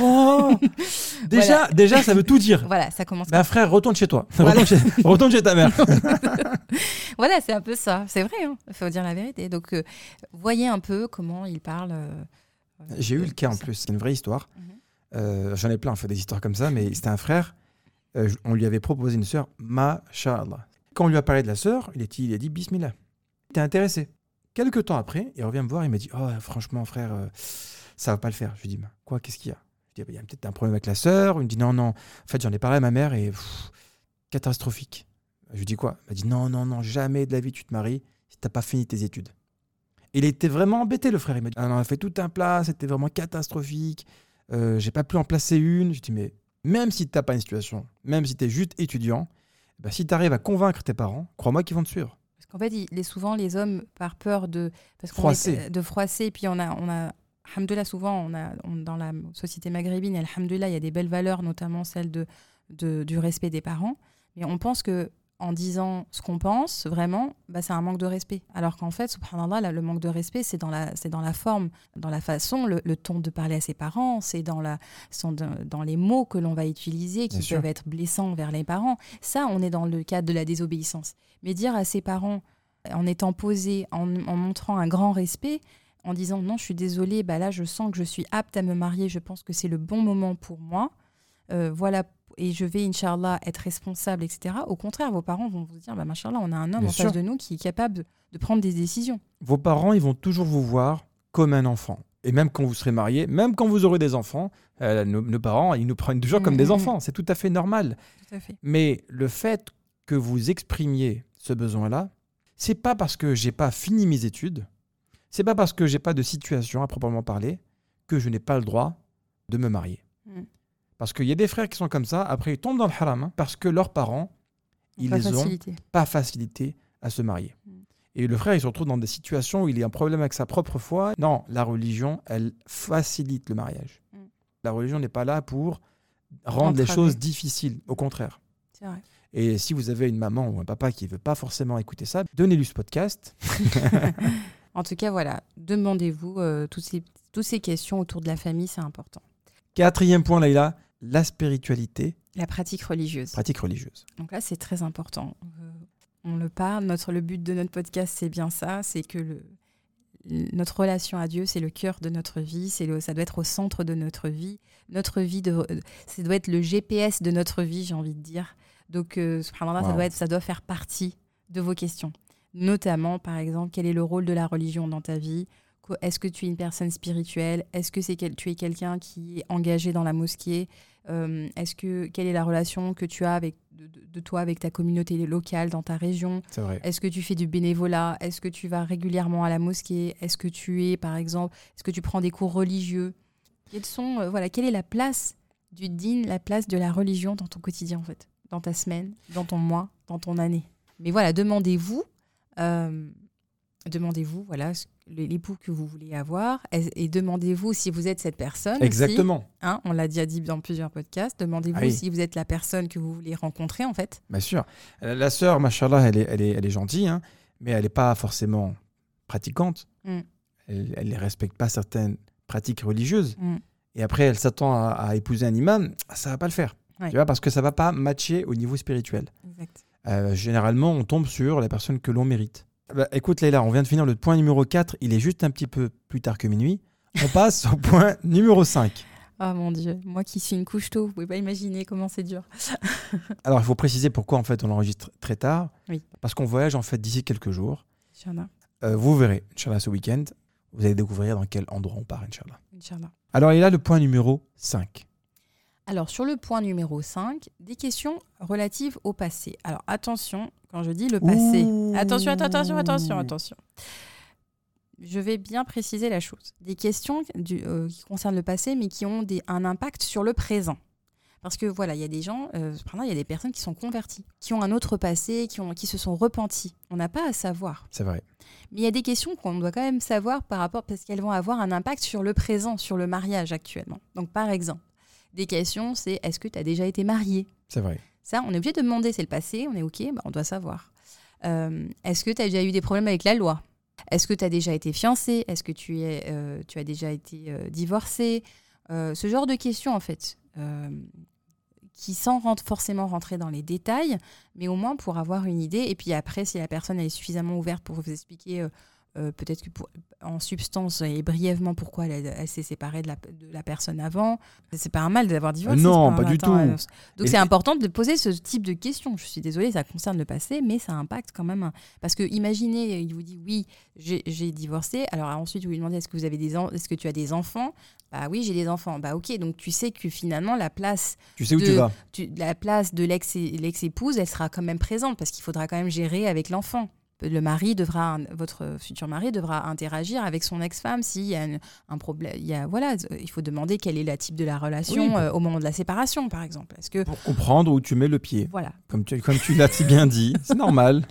Oh déjà, déjà, ça veut tout dire. Voilà, ça commence. Ben frère, retourne chez toi. Voilà. Retourne, chez, retourne chez ta mère. Voilà, c'est un peu ça. C'est vrai, il faut dire la vérité. Donc, euh, voyez un peu comment il parle. euh, J'ai eu de- le cas de en ça. plus, c'est une vraie histoire. Mhm. Euh, J'en ai plein, en fait, des histoires comme ça, mais c'était un frère. euh, on lui avait proposé une sœur, Masha'Allah. Quand on lui a parlé de la sœur, il, était, il a dit Bismillah. T'es intéressé. Quelques temps après, il revient me voir, il m'a dit oh, franchement, frère, euh, ça va pas le faire. Je lui dis bah, quoi, qu'est-ce qu'il y a? Je dis bah, il y a peut-être un problème avec la sœur. Il me dit non, non. En fait, j'en ai parlé à ma mère et pff, catastrophique. Je lui dis quoi? Il m'a dit non, non, non, jamais de la vie tu te maries si t'as pas fini tes études. Il était vraiment embêté, le frère. Il m'a dit ah, on a fait tout un plat, c'était vraiment catastrophique. Euh, j'ai pas pu en placer une. Je dis mais même si t'as pas une situation, même si t'es juste étudiant, bah, si tu arrives à convaincre tes parents, crois-moi qu'ils vont te suivre. Parce qu'en fait, il est souvent les hommes, par peur de, parce qu'on Froisser. est- de froisser, et puis on a, on a alhamdoulilah, souvent, on a, on- dans la société maghrébine, alhamdoulilah, il y a des belles valeurs, notamment celle de, de, du respect des parents. Mais on pense que en disant ce qu'on pense, vraiment, bah, c'est un manque de respect. Alors qu'en fait, subhanallah, là, le manque de respect, c'est dans la, c'est dans la forme, dans la façon, le, le ton de parler à ses parents, c'est dans, la, sont de- dans les mots que l'on va utiliser qui Bien sûr. peuvent être blessants vers les parents. Ça, on est dans le cadre de la désobéissance. Mais dire à ses parents, en étant posé, en, en montrant un grand respect, en disant non, je suis désolée, bah là, je sens que je suis apte à me marier, je pense que c'est le bon moment pour moi. Euh, voilà, et je vais, Inch'Allah, être responsable, et cetera. Au contraire, vos parents vont vous dire, bah, Machallah, on a un homme Bien en sûr. face de nous qui est capable de, de prendre des décisions. Vos parents, ils vont toujours vous voir comme un enfant. Et même quand vous serez mariés, même quand vous aurez des enfants, euh, nos, nos parents, ils nous prennent toujours comme Mhm. des enfants. C'est tout à fait normal. Tout à fait. Mais le fait que vous exprimiez ce besoin-là, c'est pas parce que j'ai pas fini mes études, c'est pas parce que j'ai pas de situation à proprement parler que je n'ai pas le droit de me marier. Mm. Parce qu'il y a des frères qui sont comme ça, après ils tombent dans le haram hein, parce que leurs parents, ils Pas les ont facilité. pas facilité à se marier. Mm. Et le frère, il se retrouve dans des situations où il a un problème avec sa propre foi. Non, la religion, elle facilite le mariage. Mm. La religion n'est pas là pour rendre les Entraver. choses difficiles, au contraire. C'est vrai. Et si vous avez une maman ou un papa qui ne veut pas forcément écouter ça, donnez-lui ce podcast. En tout cas, voilà, demandez-vous euh, toutes, ces, toutes ces questions autour de la famille, c'est important. Quatrième point, Laïla, la spiritualité, La pratique religieuse. pratique religieuse. Donc là, c'est très important. Euh, on le parle, notre, le but de notre podcast, c'est bien ça, c'est que le, notre relation à Dieu, c'est le cœur de notre vie, c'est le, ça doit être au centre de notre vie. Notre vie, de, ça doit être le G P S de notre vie, j'ai envie de dire. Donc, euh, subhanallah, ça Wow. doit être, ça doit faire partie de vos questions. Notamment, par exemple, quel est le rôle de la religion dans ta vie ? Co- Est-ce que tu es une personne spirituelle ? Est-ce que c'est quel- tu es quelqu'un qui est engagé dans la mosquée ? Euh, est-ce que, quelle est la relation que tu as avec, de, de- de toi avec ta communauté locale dans ta région ? C'est vrai. Est-ce que tu fais du bénévolat ? Est-ce que tu vas régulièrement à la mosquée ? Est-ce que tu es, par exemple, est-ce que tu prends des cours religieux ? Quelles sont, euh, voilà, quelle est la place du din, la place de la religion dans ton quotidien, en fait, dans ta semaine, dans ton mois, dans ton année ? Mais voilà, demandez-vous, euh, demandez-vous, voilà, ce- l'époux que vous voulez avoir, et, et demandez-vous si vous êtes cette personne. aussi. Exactement, Hein, on l'a déjà dit dans plusieurs podcasts. Demandez-vous Ah oui. si vous êtes la personne que vous voulez rencontrer, en fait. bien sûr. Euh, La sœur, machallah, elle est, elle est, elle est gentille, hein, mais elle n'est pas forcément pratiquante. Mm. Elle ne respecte pas certaines pratiques religieuses. Mm. Et après, elle s'attend à, à épouser un imam, ça va pas le faire. Ouais. Tu vois, parce que ça va pas matcher au niveau spirituel. Exact. Euh, généralement, on tombe sur la personne que l'on mérite. Bah, écoute, Leïla, on vient de finir le point numéro quatre. Il est juste un petit peu plus tard que minuit. On passe au point numéro cinq. Oh mon Dieu, moi qui suis une couche tôt, vous pouvez pas imaginer comment c'est dur. Alors, il faut préciser pourquoi en fait on enregistre très tard. Oui. Parce qu'on voyage en fait d'ici quelques jours. Inch'Allah. Euh, vous verrez, Inch'Allah, ce week-end, vous allez découvrir dans quel endroit on part, Inch'Allah. Inch'Allah. Alors, il est là le point numéro cinq. Alors, sur le point numéro cinq, des questions relatives au passé. Alors, attention, quand je dis le passé, Ouh. attention, attention, attention, attention. Je vais bien préciser la chose. Des questions du- euh, qui concernent le passé, mais qui ont des- un impact sur le présent. Parce que voilà, il y a des gens, euh, cependant, il y a des personnes qui sont converties, qui ont un autre passé, qui, ont, qui se sont repenties. On n'a pas à savoir. C'est vrai. Mais il y a des questions qu'on doit quand même savoir par rapport, parce qu'elles vont avoir un impact sur le présent, sur le mariage actuellement. Donc, par exemple, des questions, c'est est-ce que tu as déjà été marié ? C'est vrai. Ça, on est obligé de demander, c'est le passé, on est OK, bah, on doit savoir. Euh, est-ce que tu as déjà eu des problèmes avec la loi ? Est-ce que tu as déjà été fiancé ? Est-ce que tu, es, euh, tu as déjà été euh, divorcé ? Euh, Ce genre de questions, en fait, euh, qui sans rent- forcément rentrer dans les détails, mais au moins pour avoir une idée. Et puis après, si la personne elle est suffisamment ouverte pour vous expliquer, euh, euh, peut-être que pour, en substance et brièvement pourquoi elle, elle s'est séparée de la, de la personne avant. C'est pas un mal d'avoir divorcé. Euh, non, c'est pas un- du attends, tout. euh, Donc Et- c'est important de poser ce type de questions. Je suis désolée, ça concerne le passé, mais ça impacte quand même. un- Parce que imaginez, il vous dit oui, j'ai, j'ai divorcé. Alors ensuite, vous lui demandez est-ce que vous avez des, en- est-ce que tu as des enfants ? Bah oui, j'ai des enfants. Bah ok, donc tu sais que finalement la place, Tu sais où de- tu vas. tu- la place de l'ex, l'ex-épouse, elle sera quand même présente parce qu'il faudra quand même gérer avec l'enfant. le mari devra, votre futur mari devra interagir avec son ex-femme s'il y a un, un problème. Il y a, voilà, il faut demander quel est le type de la relation Oui, euh, au moment de la séparation, par exemple. Est-ce que, Pour comprendre où tu mets le pied. voilà. Comme tu, comme tu l'as si bien dit, c'est normal.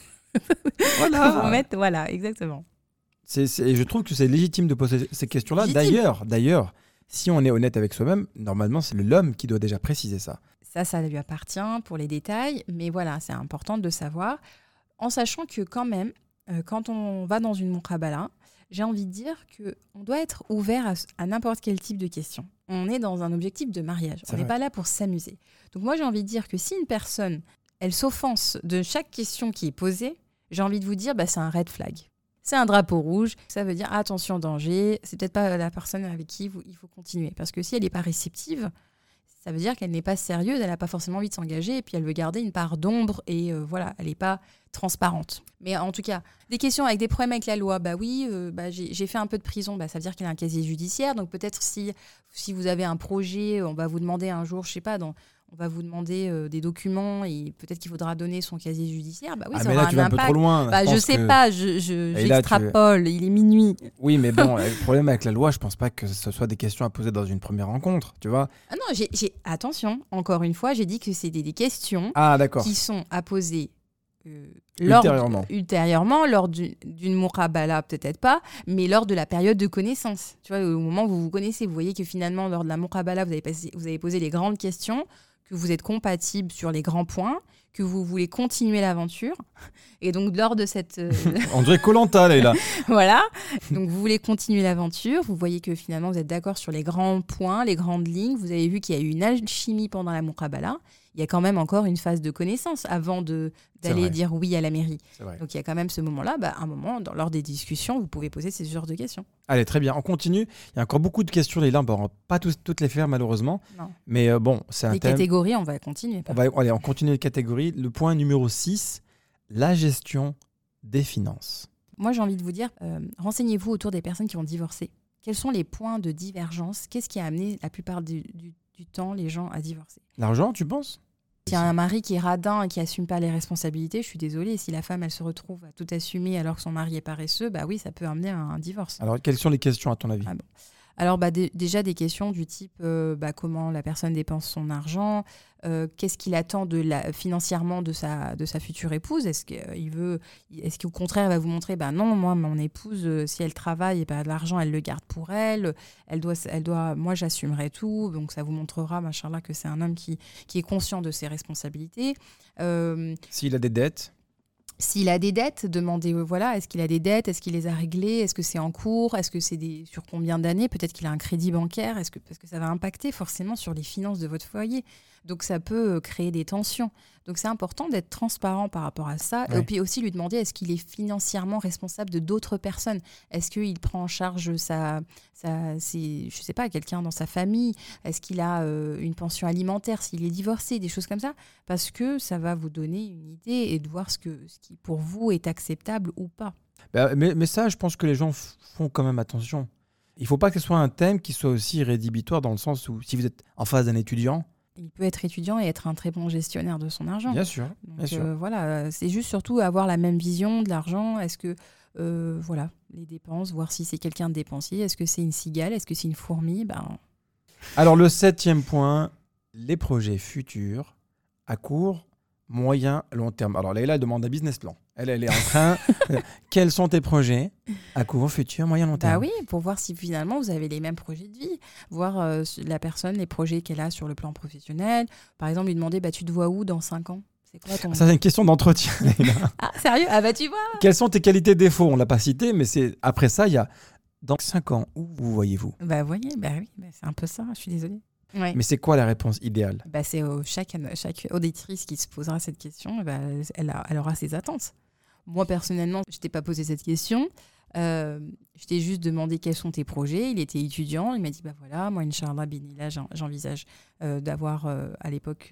Voilà. Faut mettre, voilà, exactement. C'est, c'est, et je trouve que c'est légitime de poser ces questions-là. Légitime. D'ailleurs, d'ailleurs, si on est honnête avec soi-même, normalement, c'est l'homme qui doit déjà préciser ça. Ça, ça lui appartient pour les détails, mais voilà, c'est important de savoir, en sachant que quand même, euh, quand on va dans une muqabala, j'ai envie de dire qu'on doit être ouvert à, à n'importe quel type de question. On est dans un objectif de mariage, C'est on n'est vrai. pas là pour s'amuser. Donc moi, j'ai envie de dire que si une personne, elle s'offense de chaque question qui est posée, j'ai envie de vous dire, bah, c'est un red flag. C'est un drapeau rouge, ça veut dire attention, danger, c'est peut-être pas la personne avec qui vous, il faut continuer. Parce que si elle n'est pas réceptive, ça veut dire qu'elle n'est pas sérieuse, elle n'a pas forcément envie de s'engager et puis elle veut garder une part d'ombre et euh, voilà, elle n'est pas transparente. Mais en tout cas, des questions avec des problèmes avec la loi, bah oui, euh, bah j'ai, j'ai fait un peu de prison, bah ça veut dire qu'il y a un casier judiciaire, donc peut-être si, si vous avez un projet, on va vous demander un jour, je sais pas, dans, on va vous demander euh, des documents et peut-être qu'il faudra donner son casier judiciaire, bah oui, ah, ça mais aura là, tu un vas un peu impact. trop loin. Bah, je pense sais que- pas, je, je, Et là, tu- j'extrapole, il est minuit. Oui, mais bon, le problème avec la loi, je pense pas que ce soit des questions à poser dans une première rencontre, tu vois. Ah non, j'ai, j'ai, attention, encore une fois, j'ai dit que c'était des questions Ah, d'accord. qui sont à poser euh, lors, Ultérieurement. ultérieurement, lors du- d'une muqabala, peut-être pas, mais lors de la période de connaissance. Tu vois, au moment où vous vous connaissez, vous voyez que finalement, lors de la muqabala, vous avez, passé, vous avez posé les grandes questions, que vous êtes compatibles sur les grands points, que vous voulez continuer l'aventure. Et donc, lors de cette... euh, On dirait Koh-Lanta, là, là. voilà. Donc, vous voulez continuer l'aventure. Vous voyez que finalement, vous êtes d'accord sur les grands points, les grandes lignes. Vous avez vu qu'il y a eu une alchimie pendant la muqabala. Il y a quand même encore une phase de connaissance avant de, C'est d'aller vrai. dire oui à la mairie. C'est vrai. Donc, il y a quand même ce moment-là. Bah, un moment, dans, lors des discussions, vous pouvez poser ce genre de questions. Allez, très bien. On continue. Il y a encore beaucoup de questions, Leïla. Bon, on va pas tous, toutes les faire, malheureusement. Non. Mais euh, bon, c'est un Les thème. catégories, on va continuer. On va, allez, on continue les catégories. Le point numéro six, la gestion des finances. Moi, j'ai envie de vous dire, euh, renseignez-vous autour des personnes qui ont divorcé. Quels sont les points de divergence? Qu'est-ce qui a amené la plupart du, du- du temps les gens à divorcer? L'argent, tu penses? S'il y a un mari qui est radin et qui assume pas les responsabilités, je suis désolée. Si la femme, elle se retrouve à tout assumer alors que son mari est paresseux, bah oui, ça peut amener à un divorce. Alors, quelles sont les questions, à ton avis? Ah bon. Alors, bah, dé- déjà des questions du type euh, bah, comment la personne dépense son argent, euh, qu'est-ce qu'il attend de la, financièrement de sa, de sa future épouse. Est-ce qu'il veut, est-ce qu'au contraire, elle va vous montrer, bah non, moi, mon épouse, euh, si elle travaille, et bah, l'argent, elle le garde pour elle. Elle doit, elle doit, moi, j'assumerai tout. Donc, ça vous montrera, machallah, que c'est un homme qui, qui est conscient de ses responsabilités. Euh, S'il a des dettes? S'il a des dettes, demandez, euh, voilà, est-ce qu'il a des dettes, est-ce qu'il les a réglées, est-ce que c'est en cours, est-ce que c'est des, sur combien d'années, peut-être qu'il a un crédit bancaire, est-ce que, parce que ça va impacter forcément sur les finances de votre foyer. Donc ça peut euh, créer des tensions. Donc c'est important d'être transparent par rapport à ça. Ouais. Et puis aussi lui demander, est-ce qu'il est financièrement responsable de d'autres personnes? Est-ce qu'il prend en charge sa, sa, ses, je sais pas, quelqu'un dans sa famille? Est-ce qu'il a euh, une pension alimentaire s'il est divorcé? Des choses comme ça. Parce que ça va vous donner une idée et de voir ce, que, ce qui pour vous est acceptable ou pas. Bah, mais, mais ça, je pense que les gens f- font quand même attention. Il ne faut pas que ce soit un thème qui soit aussi rédhibitoire dans le sens où si vous êtes en face d'un étudiant, Il peut être étudiant et être un très bon gestionnaire de son argent. bien sûr, Donc, bien sûr. euh, voilà, c'est juste surtout avoir la même vision de l'argent. Est-ce que, euh, voilà, les dépenses, voir si c'est quelqu'un de dépensier. Est-ce que c'est une cigale? Est-ce que c'est une fourmi? Ben, Alors le septième point, les projets futurs à court, moyen, long terme. Alors Leïla elle demande un business plan. Elle, elle est en train. Quels sont tes projets à court, futur, moyen, long terme? bah oui, pour voir si finalement vous avez les mêmes projets de vie. Voir euh, la personne, les projets qu'elle a sur le plan professionnel. Par exemple, lui demander, bah, tu te vois où dans cinq ans? C'est quoi ton... Ça, c'est une question d'entretien, Leïla. Ah, sérieux? Ah bah tu vois. Quelles sont tes qualités défauts? On ne l'a pas cité, mais c'est après ça, il y a dans cinq ans, où vous voyez-vous? Bah voyez, bah oui, bah, c'est un peu ça, je suis désolée. Ouais. Mais c'est quoi la réponse idéale? Bah, c'est euh, chaque, chaque auditrice qui se posera cette question, bah, elle, a- elle aura ses attentes. Moi, personnellement, je t'ai pas posé cette question. Euh, je t'ai juste demandé quels sont tes projets. Il était étudiant. Il m'a dit, bah voilà, moi, Inch'Allah, Binillah, j'en- j'envisage euh, d'avoir, euh, à l'époque, euh,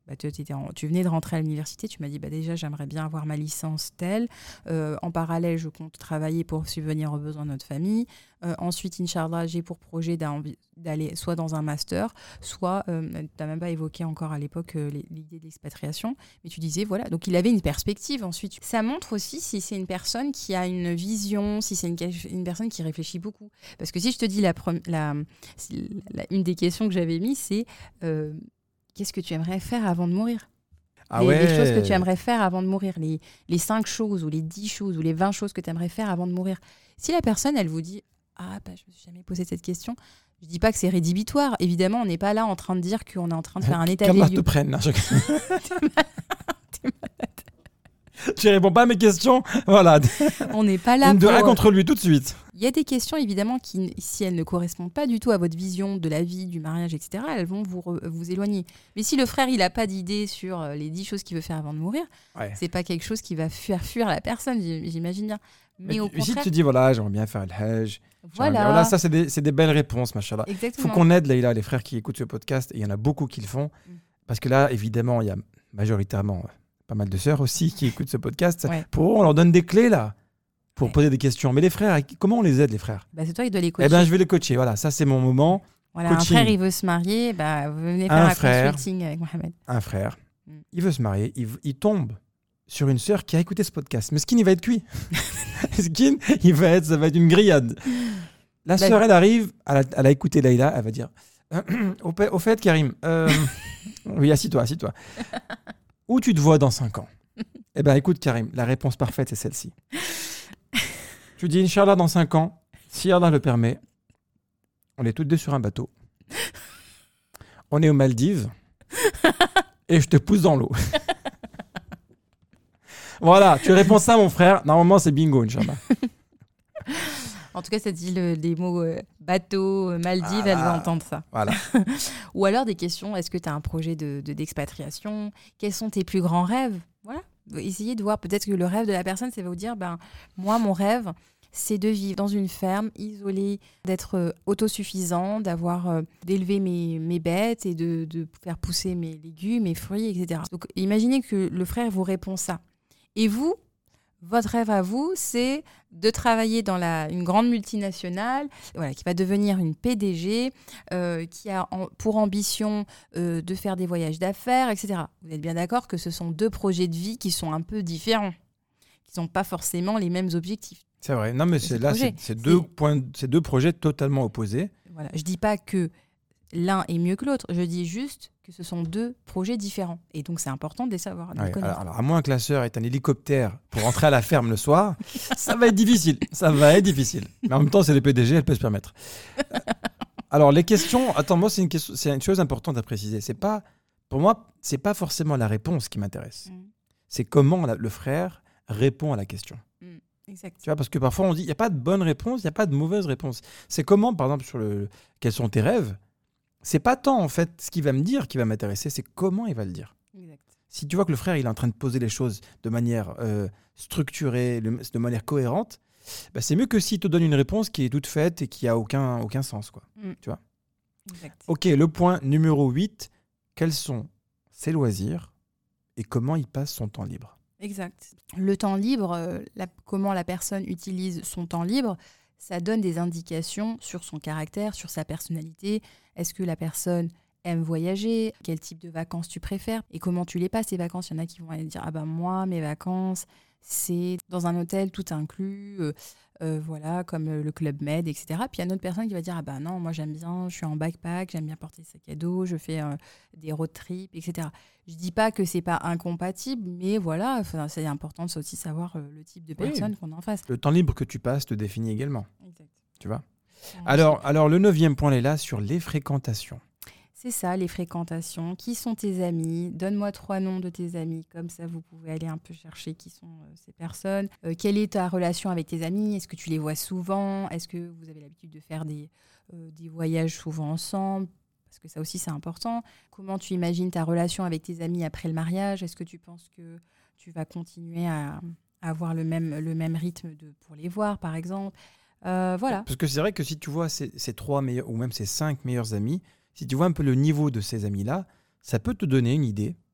bah, tu, en, tu venais de rentrer à l'université, tu m'as dit bah, déjà j'aimerais bien avoir ma licence telle. Euh, en parallèle, je compte travailler pour subvenir aux besoins de notre famille. Euh, ensuite, Inch'Allah, j'ai pour projet d'aller soit dans un master, soit, euh, tu n'as même pas évoqué encore à l'époque euh, l'idée de l'expatriation, mais tu disais voilà. Donc il avait une perspective ensuite. Ça montre aussi si c'est une personne qui a une vision, si c'est une, une personne qui réfléchit beaucoup. Parce que si je te dis la, la, la une des questions que j'avais mises, c'est euh, qu'est-ce que tu aimerais faire avant de mourir ? Ah les, ouais. les choses que tu aimerais faire avant de mourir, les, les cinq choses ou les dix choses ou les vingt choses que tu aimerais faire avant de mourir. Si la personne, elle vous dit « Ah, bah, je ne me suis jamais posé cette question », je ne dis pas que c'est rédhibitoire. Évidemment, on n'est pas là en train de dire qu'on est en train de faire un état des lieux. Qu'Allah te prenne. Hein, je... T'es malade. T'es malade. Tu réponds pas à mes questions. Voilà. On n'est pas là Une pour... de un contre lui tout de suite. Il y a des questions, évidemment, qui, si elles ne correspondent pas du tout à votre vision de la vie, du mariage, et cetera, elles vont vous, re, vous éloigner. Mais si le frère, il n'a pas d'idée sur les dix choses qu'il veut faire avant de mourir, ouais. c'est pas quelque chose qui va faire fuir la personne, j'imagine bien. Mais, Mais au si contraire... tu te dis, voilà, j'aimerais bien faire le hajj. Voilà. voilà, ça, c'est des, des belles réponses, machallah. Il faut qu'on aide, Leïla, les frères qui écoutent ce podcast, et il y en a beaucoup qui le font. Mm. Parce que là, évidemment, il y a majoritairement pas mal de sœurs aussi qui écoutent ce podcast. Ouais. Pour eux, on leur donne des clés, là. Pour ouais. poser des questions. Mais les frères, comment on les aide, les frères ? Bah, c'est toi qui dois les coacher. Eh bien, je vais les coacher. Voilà, ça, c'est mon moment. Voilà, coaching. Un frère, il veut se marier. Bah, vous venez faire un, un frère, consulting avec Mohamed. Un frère, mm. il veut se marier. Il, il tombe sur une sœur qui a écouté ce podcast. Mais Skin, il va être cuit. Skin, il va être, ça va être une grillade. La bah, sœur, elle arrive, elle a, elle a écouté Leïla, elle va dire au, au fait, Karim, euh, oui, assis-toi, assis-toi. Où tu te vois dans cinq ans ? Eh bien, écoute, Karim, la réponse parfaite, c'est celle-ci. Je dis, Inch'Allah, dans cinq ans, si Allah le permet, on est toutes deux sur un bateau. On est aux Maldives et je te pousse dans l'eau. Voilà, tu réponds ça, mon frère. Normalement, c'est bingo, Inch'Allah. En tout cas, ça dit le, des mots euh, bateau, euh, Maldives, voilà. Elle va entendre ça. Voilà. Ou alors des questions, est-ce que tu as un projet de, de, d'expatriation ? Quels sont tes plus grands rêves ? Voilà. Essayez de voir, peut-être que le rêve de la personne, ça va vous dire, ben, moi, mon rêve, c'est de vivre dans une ferme, isolée, d'être euh, autosuffisant, d'avoir, euh, d'élever mes, mes bêtes et de, de faire pousser mes légumes, mes fruits, et cetera. Donc, imaginez que le frère vous répond ça. Et vous, votre rêve à vous, c'est de travailler dans la, une grande multinationale voilà, qui va devenir une P D G, euh, qui a en, pour ambition euh, de faire des voyages d'affaires, et cetera. Vous êtes bien d'accord que ce sont deux projets de vie qui sont un peu différents, qui n'ont pas forcément les mêmes objectifs. C'est vrai. Non, mais c'est, là, c'est, c'est, deux c'est... Points, c'est deux projets totalement opposés. Voilà. Je ne dis pas que l'un est mieux que l'autre. Je dis juste que ce sont deux projets différents. Et donc, c'est important de les savoir, de ouais, les connaître. Alors, alors, à moins que la sœur ait un hélicoptère pour rentrer à la ferme le soir, ça va être difficile. Ça va être difficile. Mais en même temps, c'est les P D G, elle peut se permettre. Alors, les questions... Attends, moi, c'est une, question, c'est une chose importante à préciser. C'est pas, pour moi, ce n'est pas forcément la réponse qui m'intéresse. Mm. C'est comment la, le frère répond à la question. Mm. Exact. Tu vois, parce que parfois, on dit il n'y a pas de bonne réponse, il n'y a pas de mauvaise réponse. C'est comment, par exemple, sur le quels sont tes rêves ? C'est pas tant, en fait, ce qu'il va me dire qui va m'intéresser, c'est comment il va le dire. Exact. Si tu vois que le frère, il est en train de poser les choses de manière euh, structurée, de manière cohérente, bah, c'est mieux que s'il te donne une réponse qui est toute faite et qui n'a aucun, aucun sens, quoi. Mm. Tu vois ? Exact. Ok, le point numéro huit, quels sont ses loisirs et comment il passe son temps libre ? Exact. Le temps libre, euh, la, comment la personne utilise son temps libre, ça donne des indications sur son caractère, sur sa personnalité. Est-ce que la personne aime voyager ? Quel type de vacances tu préfères ? Et comment tu les passes, ces vacances ? Il y en a qui vont aller dire « Ah ben moi, mes vacances, c'est dans un hôtel tout inclus, euh, euh, voilà, comme euh, le Club Med, et cetera » Puis il y a une autre personne qui va dire « Ah ben non, moi j'aime bien, je suis en backpack, j'aime bien porter sac à dos, je fais euh, des road trips, et cetera » Je ne dis pas que ce n'est pas incompatible, mais voilà, c'est important de aussi savoir euh, le type de personne oui. qu'on a en face. Le temps libre que tu passes te définit également. Exact. Tu vois ? Alors, alors, le neuvième point est là sur les fréquentations. C'est ça, les fréquentations. Qui sont tes amis ? Donne-moi trois noms de tes amis. Comme ça, vous pouvez aller un peu chercher qui sont euh, ces personnes. Euh, quelle est ta relation avec tes amis ? Est-ce que tu les vois souvent ? Est-ce que vous avez l'habitude de faire des, euh, des voyages souvent ensemble ? Parce que ça aussi, c'est important. Comment tu imagines ta relation avec tes amis après le mariage ? Est-ce que tu penses que tu vas continuer à, à avoir le même, le même rythme de, pour les voir, par exemple ? Euh, voilà. Parce que c'est vrai que si tu vois ces, ces trois meilleurs, ou même ces cinq meilleurs amis, si tu vois un peu le niveau de ces amis-là, ça peut te donner une idée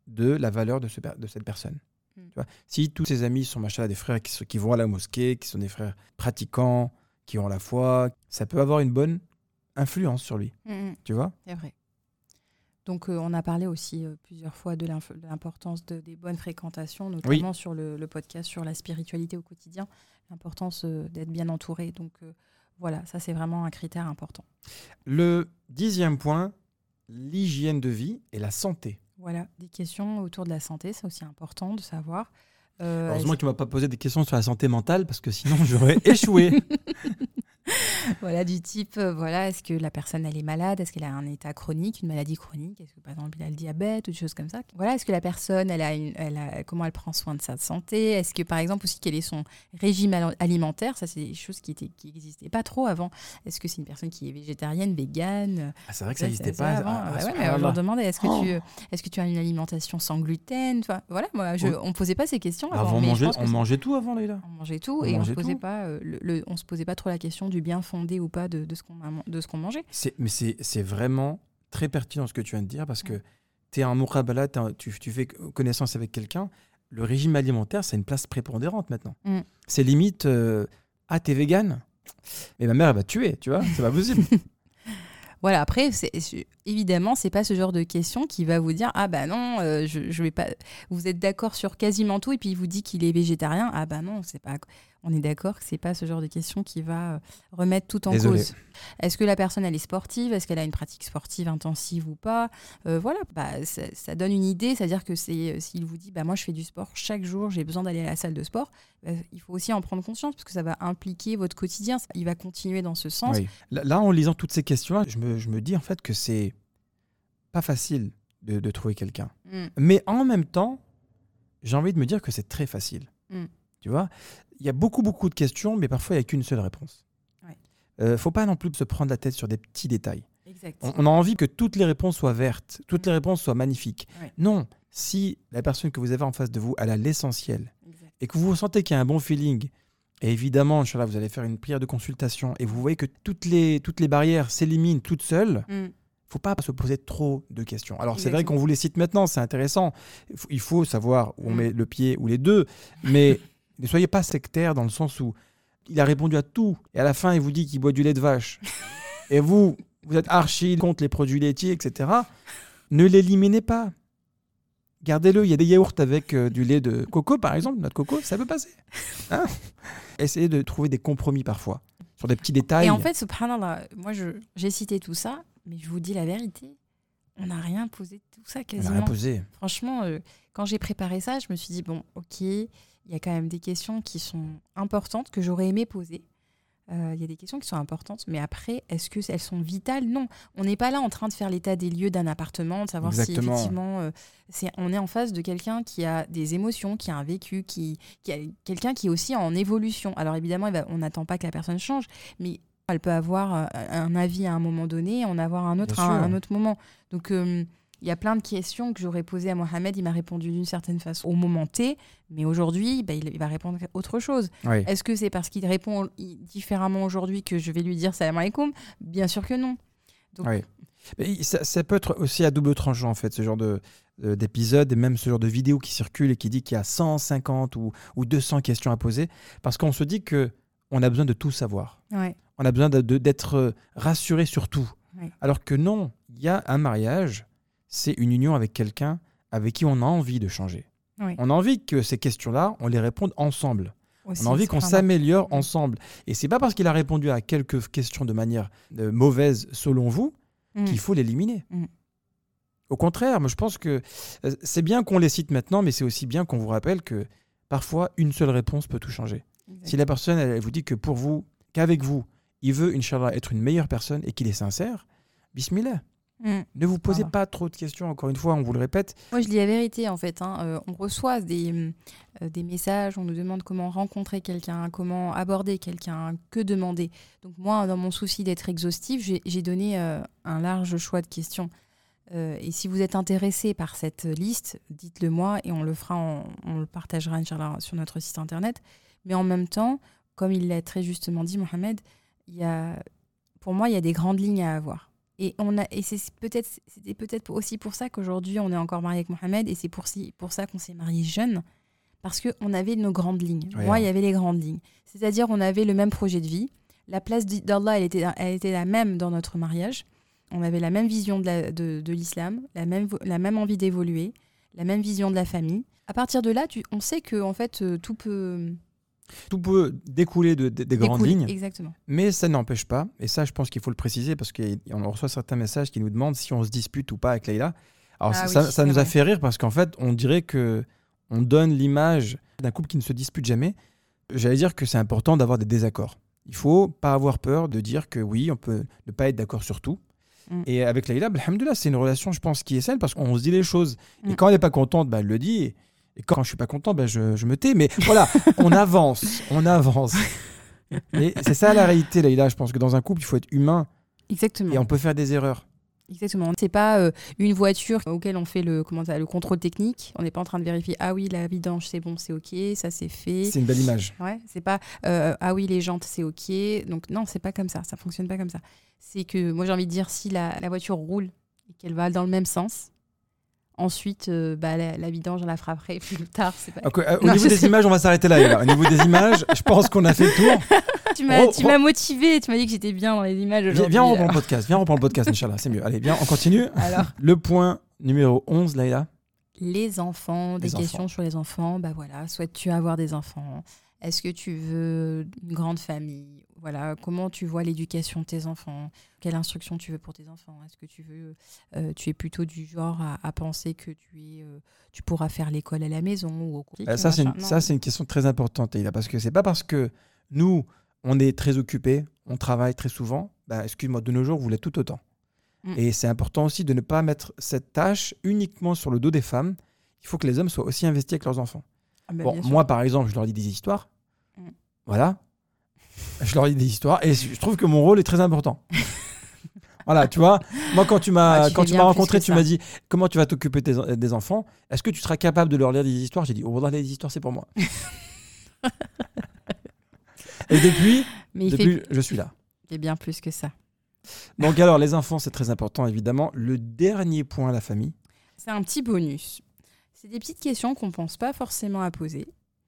de la valeur de, ce, de cette personne. Mm. Tu vois, si tous ses amis sont machin, des frères qui, sont, qui vont à la mosquée, qui sont des frères pratiquants, qui ont la foi, ça peut avoir une bonne influence sur lui. Mm. Tu vois ? C'est vrai. Donc, euh, on a parlé aussi euh, plusieurs fois de, de l'importance de, des bonnes fréquentations, notamment oui. sur le, le podcast sur la spiritualité au quotidien, l'importance euh, d'être bien entouré. Donc, euh, voilà, ça, c'est vraiment un critère important. Le dixième point, l'hygiène de vie et la santé. Voilà, des questions autour de la santé, c'est aussi important de savoir. Euh, Heureusement que tu ne m'as pas posé des questions sur la santé mentale, parce que sinon, j'aurais échoué. Voilà, du type, euh, voilà, est-ce que la personne, elle est malade ? Est-ce qu'elle a un état chronique, une maladie chronique ? Est-ce que, par exemple, il a le diabète ou des choses comme ça ? Voilà, est-ce que la personne, elle a une, elle a, comment elle prend soin de sa santé ? Est-ce que, par exemple, aussi, quel est son régime alimentaire ? Ça, c'est des choses qui n'existaient qui pas trop avant. Est-ce que c'est une personne qui est végétarienne, végane ? Ah, c'est vrai que ça n'existait pas avant. À, à, bah ouais, mais on leur demandait, est-ce que, oh tu, est-ce que tu as une alimentation sans gluten ? Enfin, voilà, moi, je, oui. on ne posait pas ces questions bah avant. avant Mais on mangeait, on mangeait tout avant, Leïla. On mangeait tout, on et mangeait on ne se, euh, le, se posait pas trop la question du bien fondé ou pas de, de ce qu'on a, de ce qu'on mangeait. C'est, mais c'est, c'est vraiment très pertinent ce que tu viens de dire, parce que tu es en muqabala, tu, tu fais connaissance avec quelqu'un. Le régime alimentaire, c'est une place prépondérante maintenant. Mm. C'est limite, euh, ah, t'es végane ? Mais ma mère, elle va te tuer, tu vois, c'est pas possible. Voilà, après, c'est, évidemment, c'est pas ce genre de question qui va vous dire « Ah bah non, euh, je, je vais pas... » Vous êtes d'accord sur quasiment tout et puis il vous dit qu'il est végétarien. Ah bah non, c'est pas... On est d'accord que c'est pas ce genre de question qui va remettre tout en Désolé. cause. Est-ce que la personne, elle est sportive ? Est-ce qu'elle a une pratique sportive intensive ou pas ? euh, Voilà, bah, ça, ça donne une idée. C'est-à-dire que c'est, s'il vous dit bah, « Moi, je fais du sport chaque jour, j'ai besoin d'aller à la salle de sport bah, », il faut aussi en prendre conscience parce que ça va impliquer votre quotidien. Il va continuer dans ce sens. Oui. Là, en lisant toutes ces questions-là, je me, je me dis en fait que c'est pas facile de, de trouver quelqu'un. Mm. Mais en même temps, j'ai envie de me dire que c'est très facile. Mm. Tu vois ? Il y a beaucoup, beaucoup de questions, mais parfois, il n'y a qu'une seule réponse. Il ne ouais. euh, faut pas non plus se prendre la tête sur des petits détails. On, on a envie que toutes les réponses soient vertes, toutes mmh. les réponses soient magnifiques. Ouais. Non, si la personne que vous avez en face de vous, elle a l'essentiel, exact. Et que vous sentez qu'il y a un bon feeling, et évidemment, Inch'Allah, vous allez faire une prière de consultation, et vous voyez que toutes les, toutes les barrières s'éliminent toutes seules, il mmh. ne faut pas se poser trop de questions. Alors, exactement. C'est vrai qu'on vous les cite maintenant, c'est intéressant. Il faut savoir où mmh. on met le pied ou les deux, mais... Ne soyez pas sectaire dans le sens où il a répondu à tout et à la fin il vous dit qu'il boit du lait de vache et vous, vous êtes archi contre les produits laitiers, et cetera. Ne l'éliminez pas. Gardez-le. Il y a des yaourts avec euh, du lait de coco par exemple, notre coco, ça peut passer. Hein ? Essayez de trouver des compromis parfois sur des petits détails. Et en fait, subhanallah, moi je, j'ai cité tout ça, mais je vous dis la vérité, on n'a rien posé de tout ça quasiment. On n'a rien posé. Franchement, euh, quand j'ai préparé ça, je me suis dit bon, ok. Il y a quand même des questions qui sont importantes, que j'aurais aimé poser. Euh, il y a des questions qui sont importantes, mais après, est-ce qu'elles sont vitales ? Non. On n'est pas là en train de faire l'état des lieux d'un appartement, de savoir Exactement. si effectivement, euh, c'est, on est en face de quelqu'un qui a des émotions, qui a un vécu, qui, qui a quelqu'un qui est aussi en évolution. Alors évidemment, il va, on n'attend pas que la personne change, mais elle peut avoir un avis à un moment donné, en avoir un autre à un, un autre moment. Donc... Euh, il y a plein de questions que j'aurais posées à Mohamed. Il m'a répondu d'une certaine façon au moment T, mais aujourd'hui, bah, il va répondre autre chose. Oui. Est-ce que c'est parce qu'il répond différemment aujourd'hui que je vais lui dire salam alaikum ? Bien sûr que non. Donc... Oui. Mais ça, ça peut être aussi à double tranchant, en fait, ce genre de, euh, d'épisode, et même ce genre de vidéo qui circule et qui dit qu'il y a cent cinquante ou, ou deux cents questions à poser, parce qu'on se dit qu'on a besoin de tout savoir. Oui. On a besoin de, de, d'être rassuré sur tout. Oui. Alors que non, il y a un mariage... c'est une union avec quelqu'un avec qui on a envie de changer. Oui. On a envie que ces questions-là, on les réponde ensemble. Aussi, on a envie qu'on s'améliore mal. ensemble. Et c'est pas parce qu'il a répondu à quelques questions de manière euh, mauvaise selon vous mm. qu'il faut l'éliminer. Mm. Au contraire, moi je pense que euh, c'est bien qu'on les cite maintenant, mais c'est aussi bien qu'on vous rappelle que parfois une seule réponse peut tout changer. Exactement. Si la personne elle, elle vous dit que pour vous, qu'avec vous, il veut, Inch'Allah, être une meilleure personne et qu'il est sincère, bismillah. Mmh. Ne vous posez voilà. pas trop de questions, encore une fois, on vous le répète. Moi, je dis la vérité, en fait. Hein. Euh, on reçoit des, euh, des messages, on nous demande comment rencontrer quelqu'un, comment aborder quelqu'un, que demander. Donc moi, dans mon souci d'être exhaustif, j'ai, j'ai donné euh, un large choix de questions. Euh, et si vous êtes intéressé par cette liste, dites-le moi et on le fera, en, on le partagera, Inch'Allah, sur notre site internet. Mais en même temps, comme il l'a très justement dit, Mohamed, il y a, pour moi, il y a des grandes lignes à avoir. Et, on a, et c'est peut-être, c'était peut-être aussi pour ça qu'aujourd'hui, on est encore marié avec Mohamed, et c'est pour, si, pour ça qu'on s'est marié jeune, parce qu'on avait nos grandes lignes. Ouais, Moi, hein. il y avait les grandes lignes. C'est-à-dire, on avait le même projet de vie. La place d'Allah, elle était, elle était la même dans notre mariage. On avait la même vision de, la, de, de l'islam, la même, la même envie d'évoluer, la même vision de la famille. À partir de là, tu, on sait que en fait, euh, tout peut... Tout peut découler de, de- des grandes découler. lignes, Exactement. mais ça n'empêche pas, et ça je pense qu'il faut le préciser parce qu'on reçoit certains messages qui nous demandent si on se dispute ou pas avec Leïla. Alors Ah ça, oui, ça c'est nous a vrai. fait rire parce qu'en fait on dirait que on donne l'image d'un couple qui ne se dispute jamais. J'allais dire que c'est important d'avoir des désaccords. Il faut pas avoir peur de dire que oui, on peut ne pas être d'accord sur tout. Mm. Et avec Leïla, alhamdoulilah, c'est une relation, je pense, qui est saine parce qu'on se dit les choses. Mm. Et quand elle n'est pas contente, bah, elle le dit. Et, et quand je suis pas content, bah, je, je me tais. Mais voilà, on avance, on avance. Et c'est ça la réalité, Leïla. Je pense que dans un couple, il faut être humain Exactement. et on peut faire des erreurs. Exactement. C'est pas euh, une voiture auquel on fait le, comment ça, le contrôle technique. On n'est pas en train de vérifier, ah oui, la vidange, c'est bon, c'est OK, ça c'est fait. C'est une belle image. Ouais, c'est pas euh, ah oui, les jantes, c'est OK. Donc non, c'est pas comme ça, ça fonctionne pas comme ça. C'est que moi j'ai envie de dire, si la, la voiture roule et qu'elle va dans le même sens, ensuite euh, bah, la, la vidange, on la frapperait plus tard. C'est pas... Donc, euh, au Non, niveau je des sais. images, on va s'arrêter là, Leïla. Au niveau des images, je pense qu'on a fait le tour. Tu m'as, Re- tu re- m'as motivé, tu m'as dit que j'étais bien dans les images Viens, aujourd'hui. viens, on reprend le podcast. Viens, on reprend le podcast, Inch'Allah. C'est mieux. Allez, viens, on continue. Alors, Le point numéro onze, Leïla. les enfants, des Les questions enfants. sur les enfants, bah voilà, souhaites-tu avoir des enfants? Est-ce que tu veux une grande famille? Voilà, comment tu vois l'éducation de tes enfants? Quelle instruction tu veux pour tes enfants? Est-ce que tu veux, euh, tu es plutôt du genre à, à penser que tu es, euh, tu pourras faire l'école à la maison ou au cours? Euh, ça, c'est une, Machin. ça, c'est une question très importante, Leïla, parce que c'est pas parce que nous, on est très occupés, on travaille très souvent, bah, excuse-moi, de nos jours, vous l'êtes tout autant. Mm. Et c'est important aussi de ne pas mettre cette tâche uniquement sur le dos des femmes. Il faut que les hommes soient aussi investis avec leurs enfants. Ah bah, Bon, bien sûr. moi, par exemple, je leur dis des histoires. Mm. Voilà. Je leur dis des histoires et je trouve que mon rôle est très important. Voilà, tu vois, moi quand tu m'as Ah, tu quand fais tu bien m'as plus rencontré, que tu ça. m'as dit comment tu vas t'occuper tes- des enfants. Est-ce que tu seras capable de leur lire des histoires? J'ai dit oh voilà, les histoires c'est pour moi. Et depuis, Mais il depuis fait, je suis là. il fait bien plus que ça. Donc alors les enfants c'est très important évidemment. Le dernier point, la famille. C'est un petit bonus. C'est des petites questions qu'on ne pense pas forcément à poser.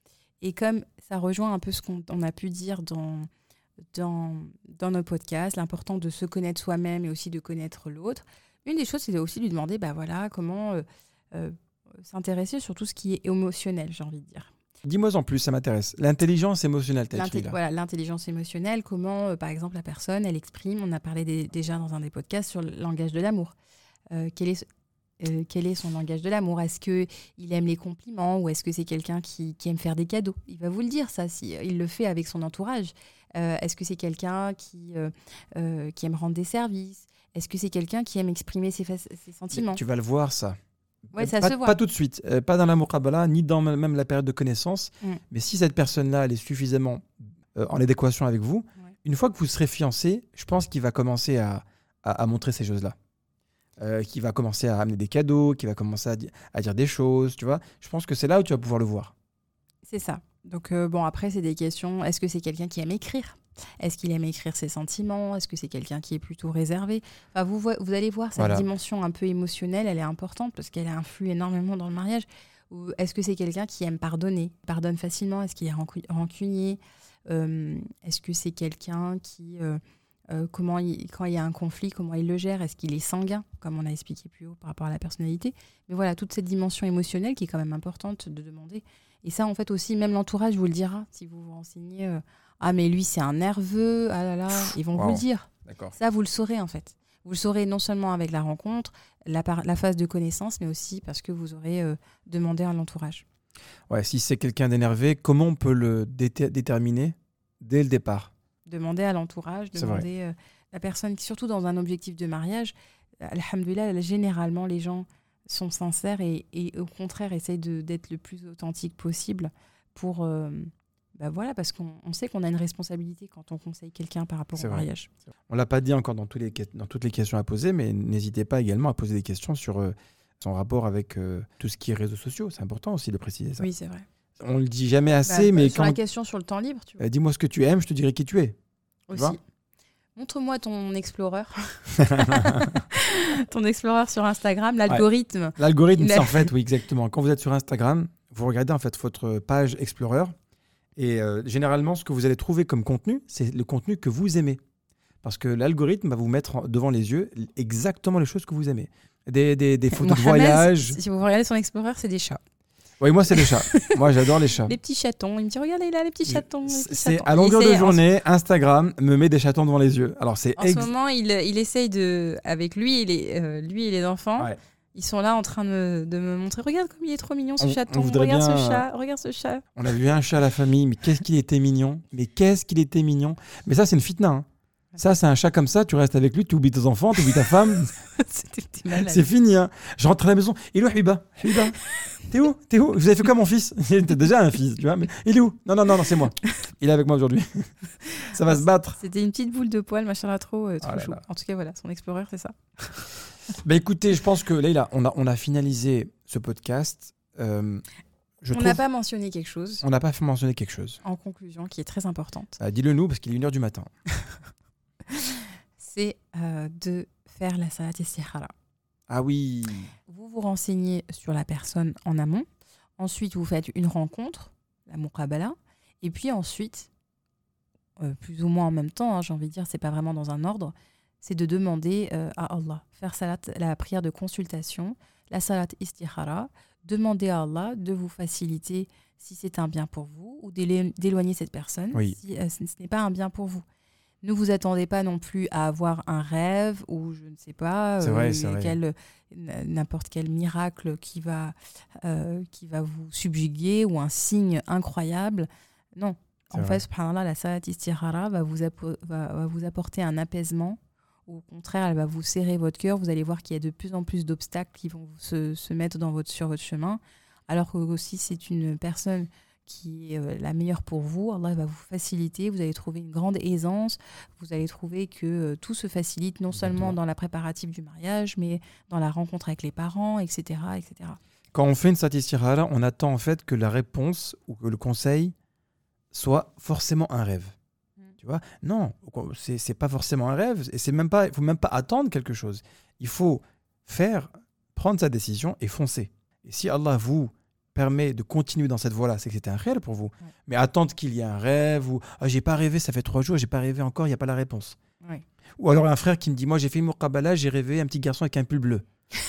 Et comme ça rejoint un peu ce qu'on on a pu dire dans, dans, dans nos podcasts, l'important de se connaître soi-même et aussi de connaître l'autre, une des choses, c'est aussi de lui demander bah voilà, comment euh, euh, s'intéresser sur tout ce qui est émotionnel, j'ai envie de dire. Dis-moi en plus, ça m'intéresse. L'intelligence émotionnelle, t'as écrit L'inté- là. voilà, l'intelligence émotionnelle, comment, euh, par exemple, la personne, elle exprime, on a parlé des- déjà dans un des podcasts sur le langage de l'amour. Euh, quel est, euh, quel est son langage de l'amour? Est-ce qu'il aime les compliments ou est-ce que c'est quelqu'un qui, qui aime faire des cadeaux? Il va vous le dire, ça, si, il le fait avec son entourage. Euh, est-ce que c'est quelqu'un qui, euh, euh, qui aime rendre des services? Est-ce que c'est quelqu'un qui aime exprimer ses, fa- ses sentiments? Tu vas le voir ça. Ouais, ça pas, se voit. pas tout de suite, euh, pas dans la muqabala, ni dans m- même la période de connaissance. Mm. Mais si cette personne-là, elle est suffisamment euh, en adéquation avec vous, Ouais. une fois que vous serez fiancés, je pense qu'il va commencer à, à, à montrer ces choses-là. Euh, qu'il va commencer à amener des cadeaux, qu'il va commencer à, di- à dire des choses, tu vois. Je pense que c'est là où tu vas pouvoir le voir. C'est ça. Donc, euh, bon, après, c'est des questions. Est-ce que c'est quelqu'un qui aime écrire? Est-ce qu'il aime écrire ses sentiments? Est-ce que c'est quelqu'un qui est plutôt réservé? Enfin, vous, vo- vous allez voir, cette Voilà. dimension un peu émotionnelle, elle est importante parce qu'elle influe énormément dans le mariage. Ou est-ce que c'est quelqu'un qui aime pardonner? Pardonne facilement? Est-ce qu'il est rancu- rancunier? Euh, Est-ce que c'est quelqu'un qui... euh, euh, comment il- quand il y a un conflit, comment il le gère? Est-ce qu'il est sanguin, comme on a expliqué plus haut par rapport à la personnalité? Mais voilà, toute cette dimension émotionnelle qui est quand même importante de demander. Et ça, en fait, aussi, même l'entourage vous le dira. Si vous vous renseignez, euh, ah, mais lui, c'est un nerveux, ah là là, ils vont Wow. vous le dire. D'accord. Ça, vous le saurez, en fait. Vous le saurez non seulement avec la rencontre, la, par- la phase de connaissance, mais aussi parce que vous aurez euh, demandé à l'entourage. Ouais, si c'est quelqu'un d'énervé, comment on peut le déter- déterminer dès le départ? Demander à l'entourage, C'est vrai. demander euh, la personne, qui, surtout dans un objectif de mariage, euh, alhamdoulilah, généralement, les gens sont sincères et, et au contraire, essayent de- d'être le plus authentique possible pour... euh, bah voilà, parce qu'on on sait qu'on a une responsabilité quand on conseille quelqu'un par rapport C'est au vrai. mariage. On l'a pas dit encore dans, tous les, que- dans toutes les questions à poser, mais n'hésitez pas également à poser des questions sur euh, son rapport avec euh, tout ce qui est réseaux sociaux. C'est important aussi de préciser ça. Oui, c'est vrai. On le dit jamais assez, Bah, mais sur quand la question sur le temps libre, tu vois, euh, dis-moi ce que tu aimes, je te dirai qui tu es. aussi. vois Montre-moi ton Explorer. Ton Explorer sur Instagram, l'algorithme. Ouais. L'algorithme, Il c'est a- en fait, oui, exactement. Quand vous êtes sur Instagram, vous regardez en fait votre page Explorer et euh, généralement, ce que vous allez trouver comme contenu, c'est le contenu que vous aimez. Parce que l'algorithme va vous mettre en- devant les yeux exactement les choses que vous aimez. Des, des, des photos de Mohamed, voyage. Si vous regardez son Explorer, c'est des chats. Oui, moi, c'est les chats. Moi, j'adore les chats. Les petits chatons. Il me dit, regardez là, les petits chatons. les petits C'est chatons. à Il longueur de essaye- en- journée, Instagram me met des chatons devant les yeux. Alors, c'est En ex- ce moment, il, il essaye de, avec lui et les, euh, lui et les enfants, Ouais. ils sont là en train de me, de me montrer. Regarde comme il est trop mignon ce On- chaton. on voudrait Regarde bien, ce euh, chat. Regarde ce chat. On a vu un chat à la famille, mais qu'est-ce qu'il était mignon. Mais qu'est-ce qu'il était mignon. Mais ça, c'est une fitna. Hein. Ça, c'est un chat comme ça, tu restes avec lui, tu oublies tes enfants, tu oublies ta femme. C'était t'es malade. C'est fini. Hein. Je rentre à la maison. Il est où, Habiba Habiba T'es où T'es où Vous avez fait quoi, mon fils? T'as déjà un fils, tu vois. Mais il est où? Non, non, non, non c'est moi. Il est avec moi aujourd'hui. Ça va se battre. C'était une petite boule de poil, machin là trop, euh, trop Oh là chou. là. En tout cas, voilà, son Explorer, c'est ça. Bah écoutez, je pense que Leïla, on a, on a finalisé ce podcast. Euh, je On trouve- n'a pas mentionné quelque chose on n'a pas mentionné quelque chose. en conclusion qui est très importante. Euh, Dis-le nous, parce qu'il est une heure du matin. C'est euh, de faire la salat istikhara. Ah oui. Vous vous renseignez sur la personne en amont. Ensuite, vous faites une rencontre, la muqabala. Et puis ensuite, euh, plus ou moins en même temps, hein, j'ai envie de dire, c'est pas vraiment dans un ordre, c'est de demander euh, à Allah, faire salat, la prière de consultation, la salat istikhara, demander à Allah de vous faciliter si c'est un bien pour vous ou d'élo- d'éloigner cette personne Oui. si euh, ce ce n'est pas un bien pour vous. Ne vous attendez pas non plus à avoir un rêve ou je ne sais pas, C'est vrai, c'est vrai. quel- n- n'importe quel miracle qui va, euh, qui va vous subjuguer ou un signe incroyable. Non. C'est En vrai. fait, subhanallah, la salat istikhara va vous, appo- va, va vous apporter un apaisement. Au contraire, elle va vous serrer votre cœur. Vous allez voir qu'il y a de plus en plus d'obstacles qui vont se, se mettre dans votre, sur votre chemin. Alors que aussi, c'est une personne qui est euh, la meilleure pour vous. Allah va vous faciliter. Vous allez trouver une grande aisance. Vous allez trouver que euh, tout se facilite, non seulement Exactement. dans la préparatif du mariage, mais dans la rencontre avec les parents, et cetera et cetera. Quand on fait une satisfaction, on attend en fait que la réponse ou que le conseil soit forcément un rêve. Mm. Tu vois? Non, c'est c'est pas forcément un rêve. Et c'est même pas, il faut même pas attendre quelque chose. Il faut faire, prendre sa décision et foncer. Et si Allah vous permet de continuer dans cette voie-là, c'est que c'était un rêve pour vous. Ouais. Mais attendre qu'il y ait un rêve ou ah, j'ai pas rêvé, ça fait trois jours, j'ai pas rêvé encore, il n'y a pas la réponse. Oui. Ou alors un frère qui me dit moi j'ai fait une muqabala, j'ai rêvé un petit garçon avec un pull bleu.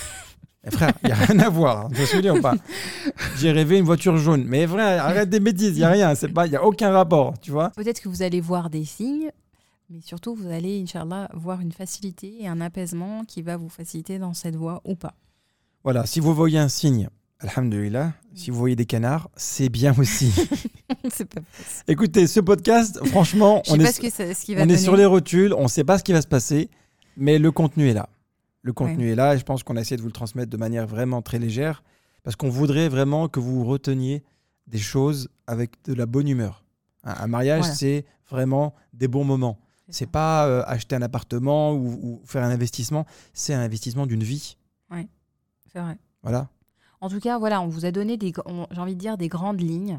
Eh, frère, il n'y a rien à voir, hein, tu vois ce que je veux dire ou pas? J'ai rêvé une voiture jaune. Mais frère, arrête des bêtises, il n'y a rien, c'est pas, il n'y a aucun rapport, tu vois. Peut-être que vous allez voir des signes, mais surtout, vous allez, Inch'Allah, voir une facilité et un apaisement qui va vous faciliter dans cette voie ou pas. Voilà, si vous voyez un signe, alhamdulillah, si vous voyez des canards, c'est bien aussi. C'est pas possible. Écoutez, ce podcast, franchement, Je on sais est, pas ce, que ça- ce qui va on est donner. sur les rotules, on ne sait pas ce qui va se passer, mais le contenu est là. Le contenu Ouais. est là et je pense qu'on a essayé de vous le transmettre de manière vraiment très légère parce qu'on voudrait vraiment que vous reteniez des choses avec de la bonne humeur. Un, un mariage, Voilà. c'est vraiment des bons moments. C'est C'est ça. pas euh, acheter un appartement ou, ou faire un investissement, c'est un investissement d'une vie. C'est vrai. Voilà. En tout cas, voilà, on vous a donné, des, on- j'ai envie de dire, des grandes lignes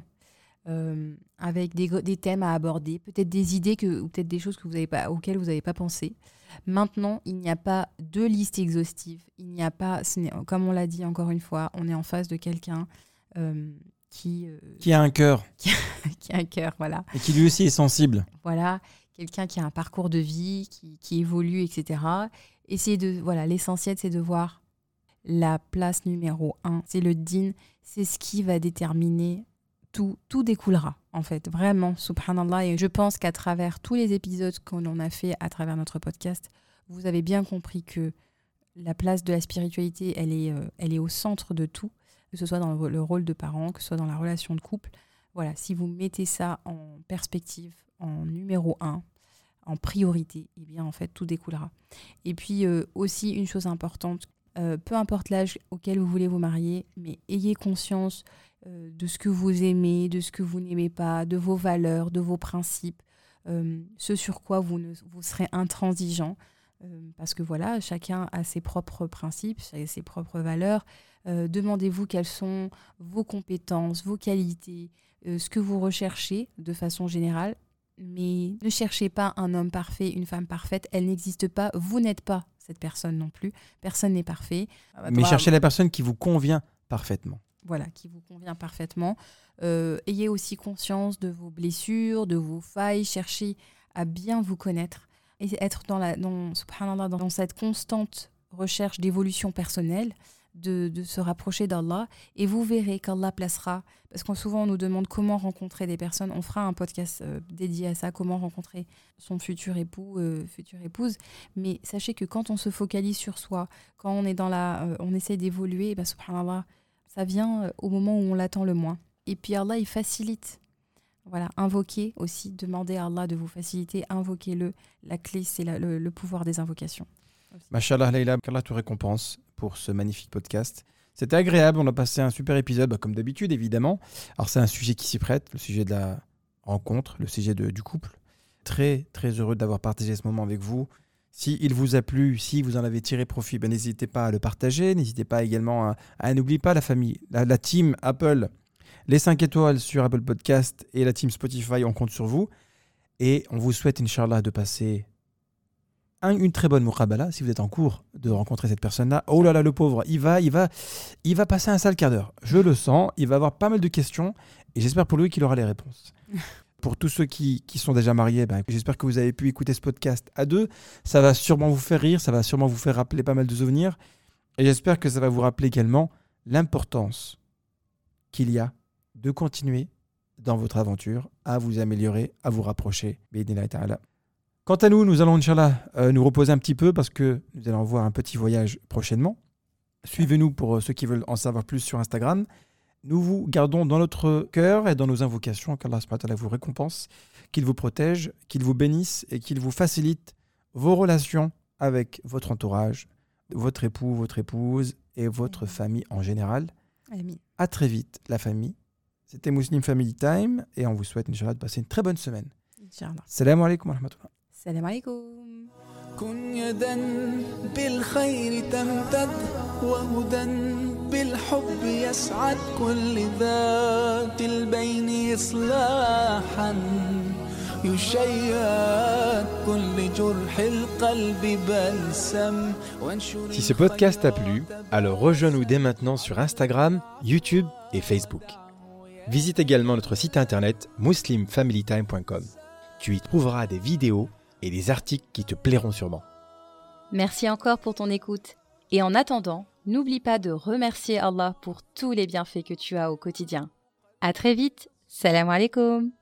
euh, avec des, des thèmes à aborder, peut-être des idées que, ou peut-être des choses que vous avez pas, auxquelles vous n'avez pas pensé. Maintenant, il n'y a pas de liste exhaustive. Il n'y a pas, ce n'est- comme on l'a dit encore une fois, on est en face de quelqu'un euh, qui, euh, Qui a un cœur qui a un cœur, voilà. et qui lui aussi est sensible. Voilà, quelqu'un qui a un parcours de vie, qui, qui évolue, et cetera. Essayez de, voilà, l'essentiel, c'est de voir la place numéro un, c'est le din, c'est ce qui va déterminer tout, tout découlera en fait, vraiment, subhanallah. Et je pense qu'à travers tous les épisodes qu'on en a fait à travers notre podcast, vous avez bien compris que la place de la spiritualité, elle est, euh, elle est au centre de tout, que ce soit dans le, le rôle de parent, que ce soit dans la relation de couple. Voilà, si vous mettez ça en perspective, en numéro un, en priorité, eh bien en fait tout découlera. Et puis euh, aussi une chose importante, euh, peu importe l'âge auquel vous voulez vous marier, mais ayez conscience euh, de ce que vous aimez, de ce que vous n'aimez pas, de vos valeurs, de vos principes, euh, ce sur quoi vous, ne, vous serez intransigeant. Euh, parce que voilà, chacun a ses propres principes, ses propres valeurs. Euh, demandez-vous quelles sont vos compétences, vos qualités, euh, ce que vous recherchez de façon générale. Mais ne cherchez pas un homme parfait, une femme parfaite. Elle n'existe pas. Vous n'êtes pas cette personne non plus. Personne n'est parfait. Mais cherchez la personne qui vous convient parfaitement. Voilà, qui vous convient parfaitement. Euh, ayez aussi conscience de vos blessures, de vos failles. Cherchez à bien vous connaître et être dans, la, dans, subhanallah, dans cette constante recherche d'évolution personnelle, de, de se rapprocher d'Allah. Et vous verrez qu'Allah placera, parce qu'on souvent on nous demande comment rencontrer des personnes. On fera un podcast euh, dédié à ça, comment rencontrer son futur époux, euh, future épouse. Mais sachez que quand on se focalise sur soi, quand on est dans la, euh, on essaie d'évoluer, bah, subhanallah, ça vient au moment où on l'attend le moins. Et puis Allah, il facilite. Voilà, invoquez aussi, demandez à Allah de vous faciliter, invoquez-le. La clé, c'est la, le, le pouvoir des invocations. Mashallah, Leïla, qu'Allah te récompense pour ce magnifique podcast. C'était agréable, on a passé un super épisode, bah, comme d'habitude, évidemment. Alors, c'est un sujet qui s'y prête, le sujet de la rencontre, le sujet de, du couple. Très, très heureux d'avoir partagé ce moment avec vous. Si il vous a plu, si vous en avez tiré profit, ben n'hésitez pas à le partager. N'hésitez pas également à, à n'oubliez pas la famille, la, la team Apple, les cinq étoiles sur Apple Podcast et la team Spotify, on compte sur vous. Et on vous souhaite, Inch'Allah, de passer un, une très bonne muqabala si vous êtes en cours de rencontrer cette personne-là. Oh là là, le pauvre, il va, il va, il va passer un sale quart d'heure. Je le sens, il va avoir pas mal de questions et j'espère pour lui qu'il aura les réponses. Pour tous ceux qui, qui sont déjà mariés, ben, j'espère que vous avez pu écouter ce podcast à deux. Ça va sûrement vous faire rire, ça va sûrement vous faire rappeler pas mal de souvenirs. Et j'espère que ça va vous rappeler également l'importance qu'il y a de continuer dans votre aventure à vous améliorer, à vous rapprocher. Quant à nous, nous allons, Inch'Allah, euh, nous reposer un petit peu parce que nous allons avoir un petit voyage prochainement. Suivez-nous pour ceux qui veulent en savoir plus sur Instagram. Nous vous gardons dans notre cœur et dans nos invocations, qu'Allah subhanahu wa ta'ala vous récompense, qu'il vous protège, qu'il vous bénisse et qu'il vous facilite vos relations avec votre entourage, votre époux, votre épouse et votre famille en général. Amin. À très vite, la famille. C'était Muslim Family Time et on vous souhaite, Inch'Allah, de passer une très bonne semaine. Inch'Allah. Salam alaikum wa rahmatullah. Salam alaikum. كن يدا بالخير تمتد وهدى بالحب يسعد كل ذات البين إصلاحا يشيد كل جرح القلب بلسم. Si ce podcast t'a plu, alors rejoins-nous dès maintenant sur Instagram, YouTube et Facebook. Visite également notre site internet muslim family time point com. Tu y trouveras des vidéos et des articles qui te plairont sûrement. Merci encore pour ton écoute. Et en attendant, n'oublie pas de remercier Allah pour tous les bienfaits que tu as au quotidien. À très vite. Salam alaikum.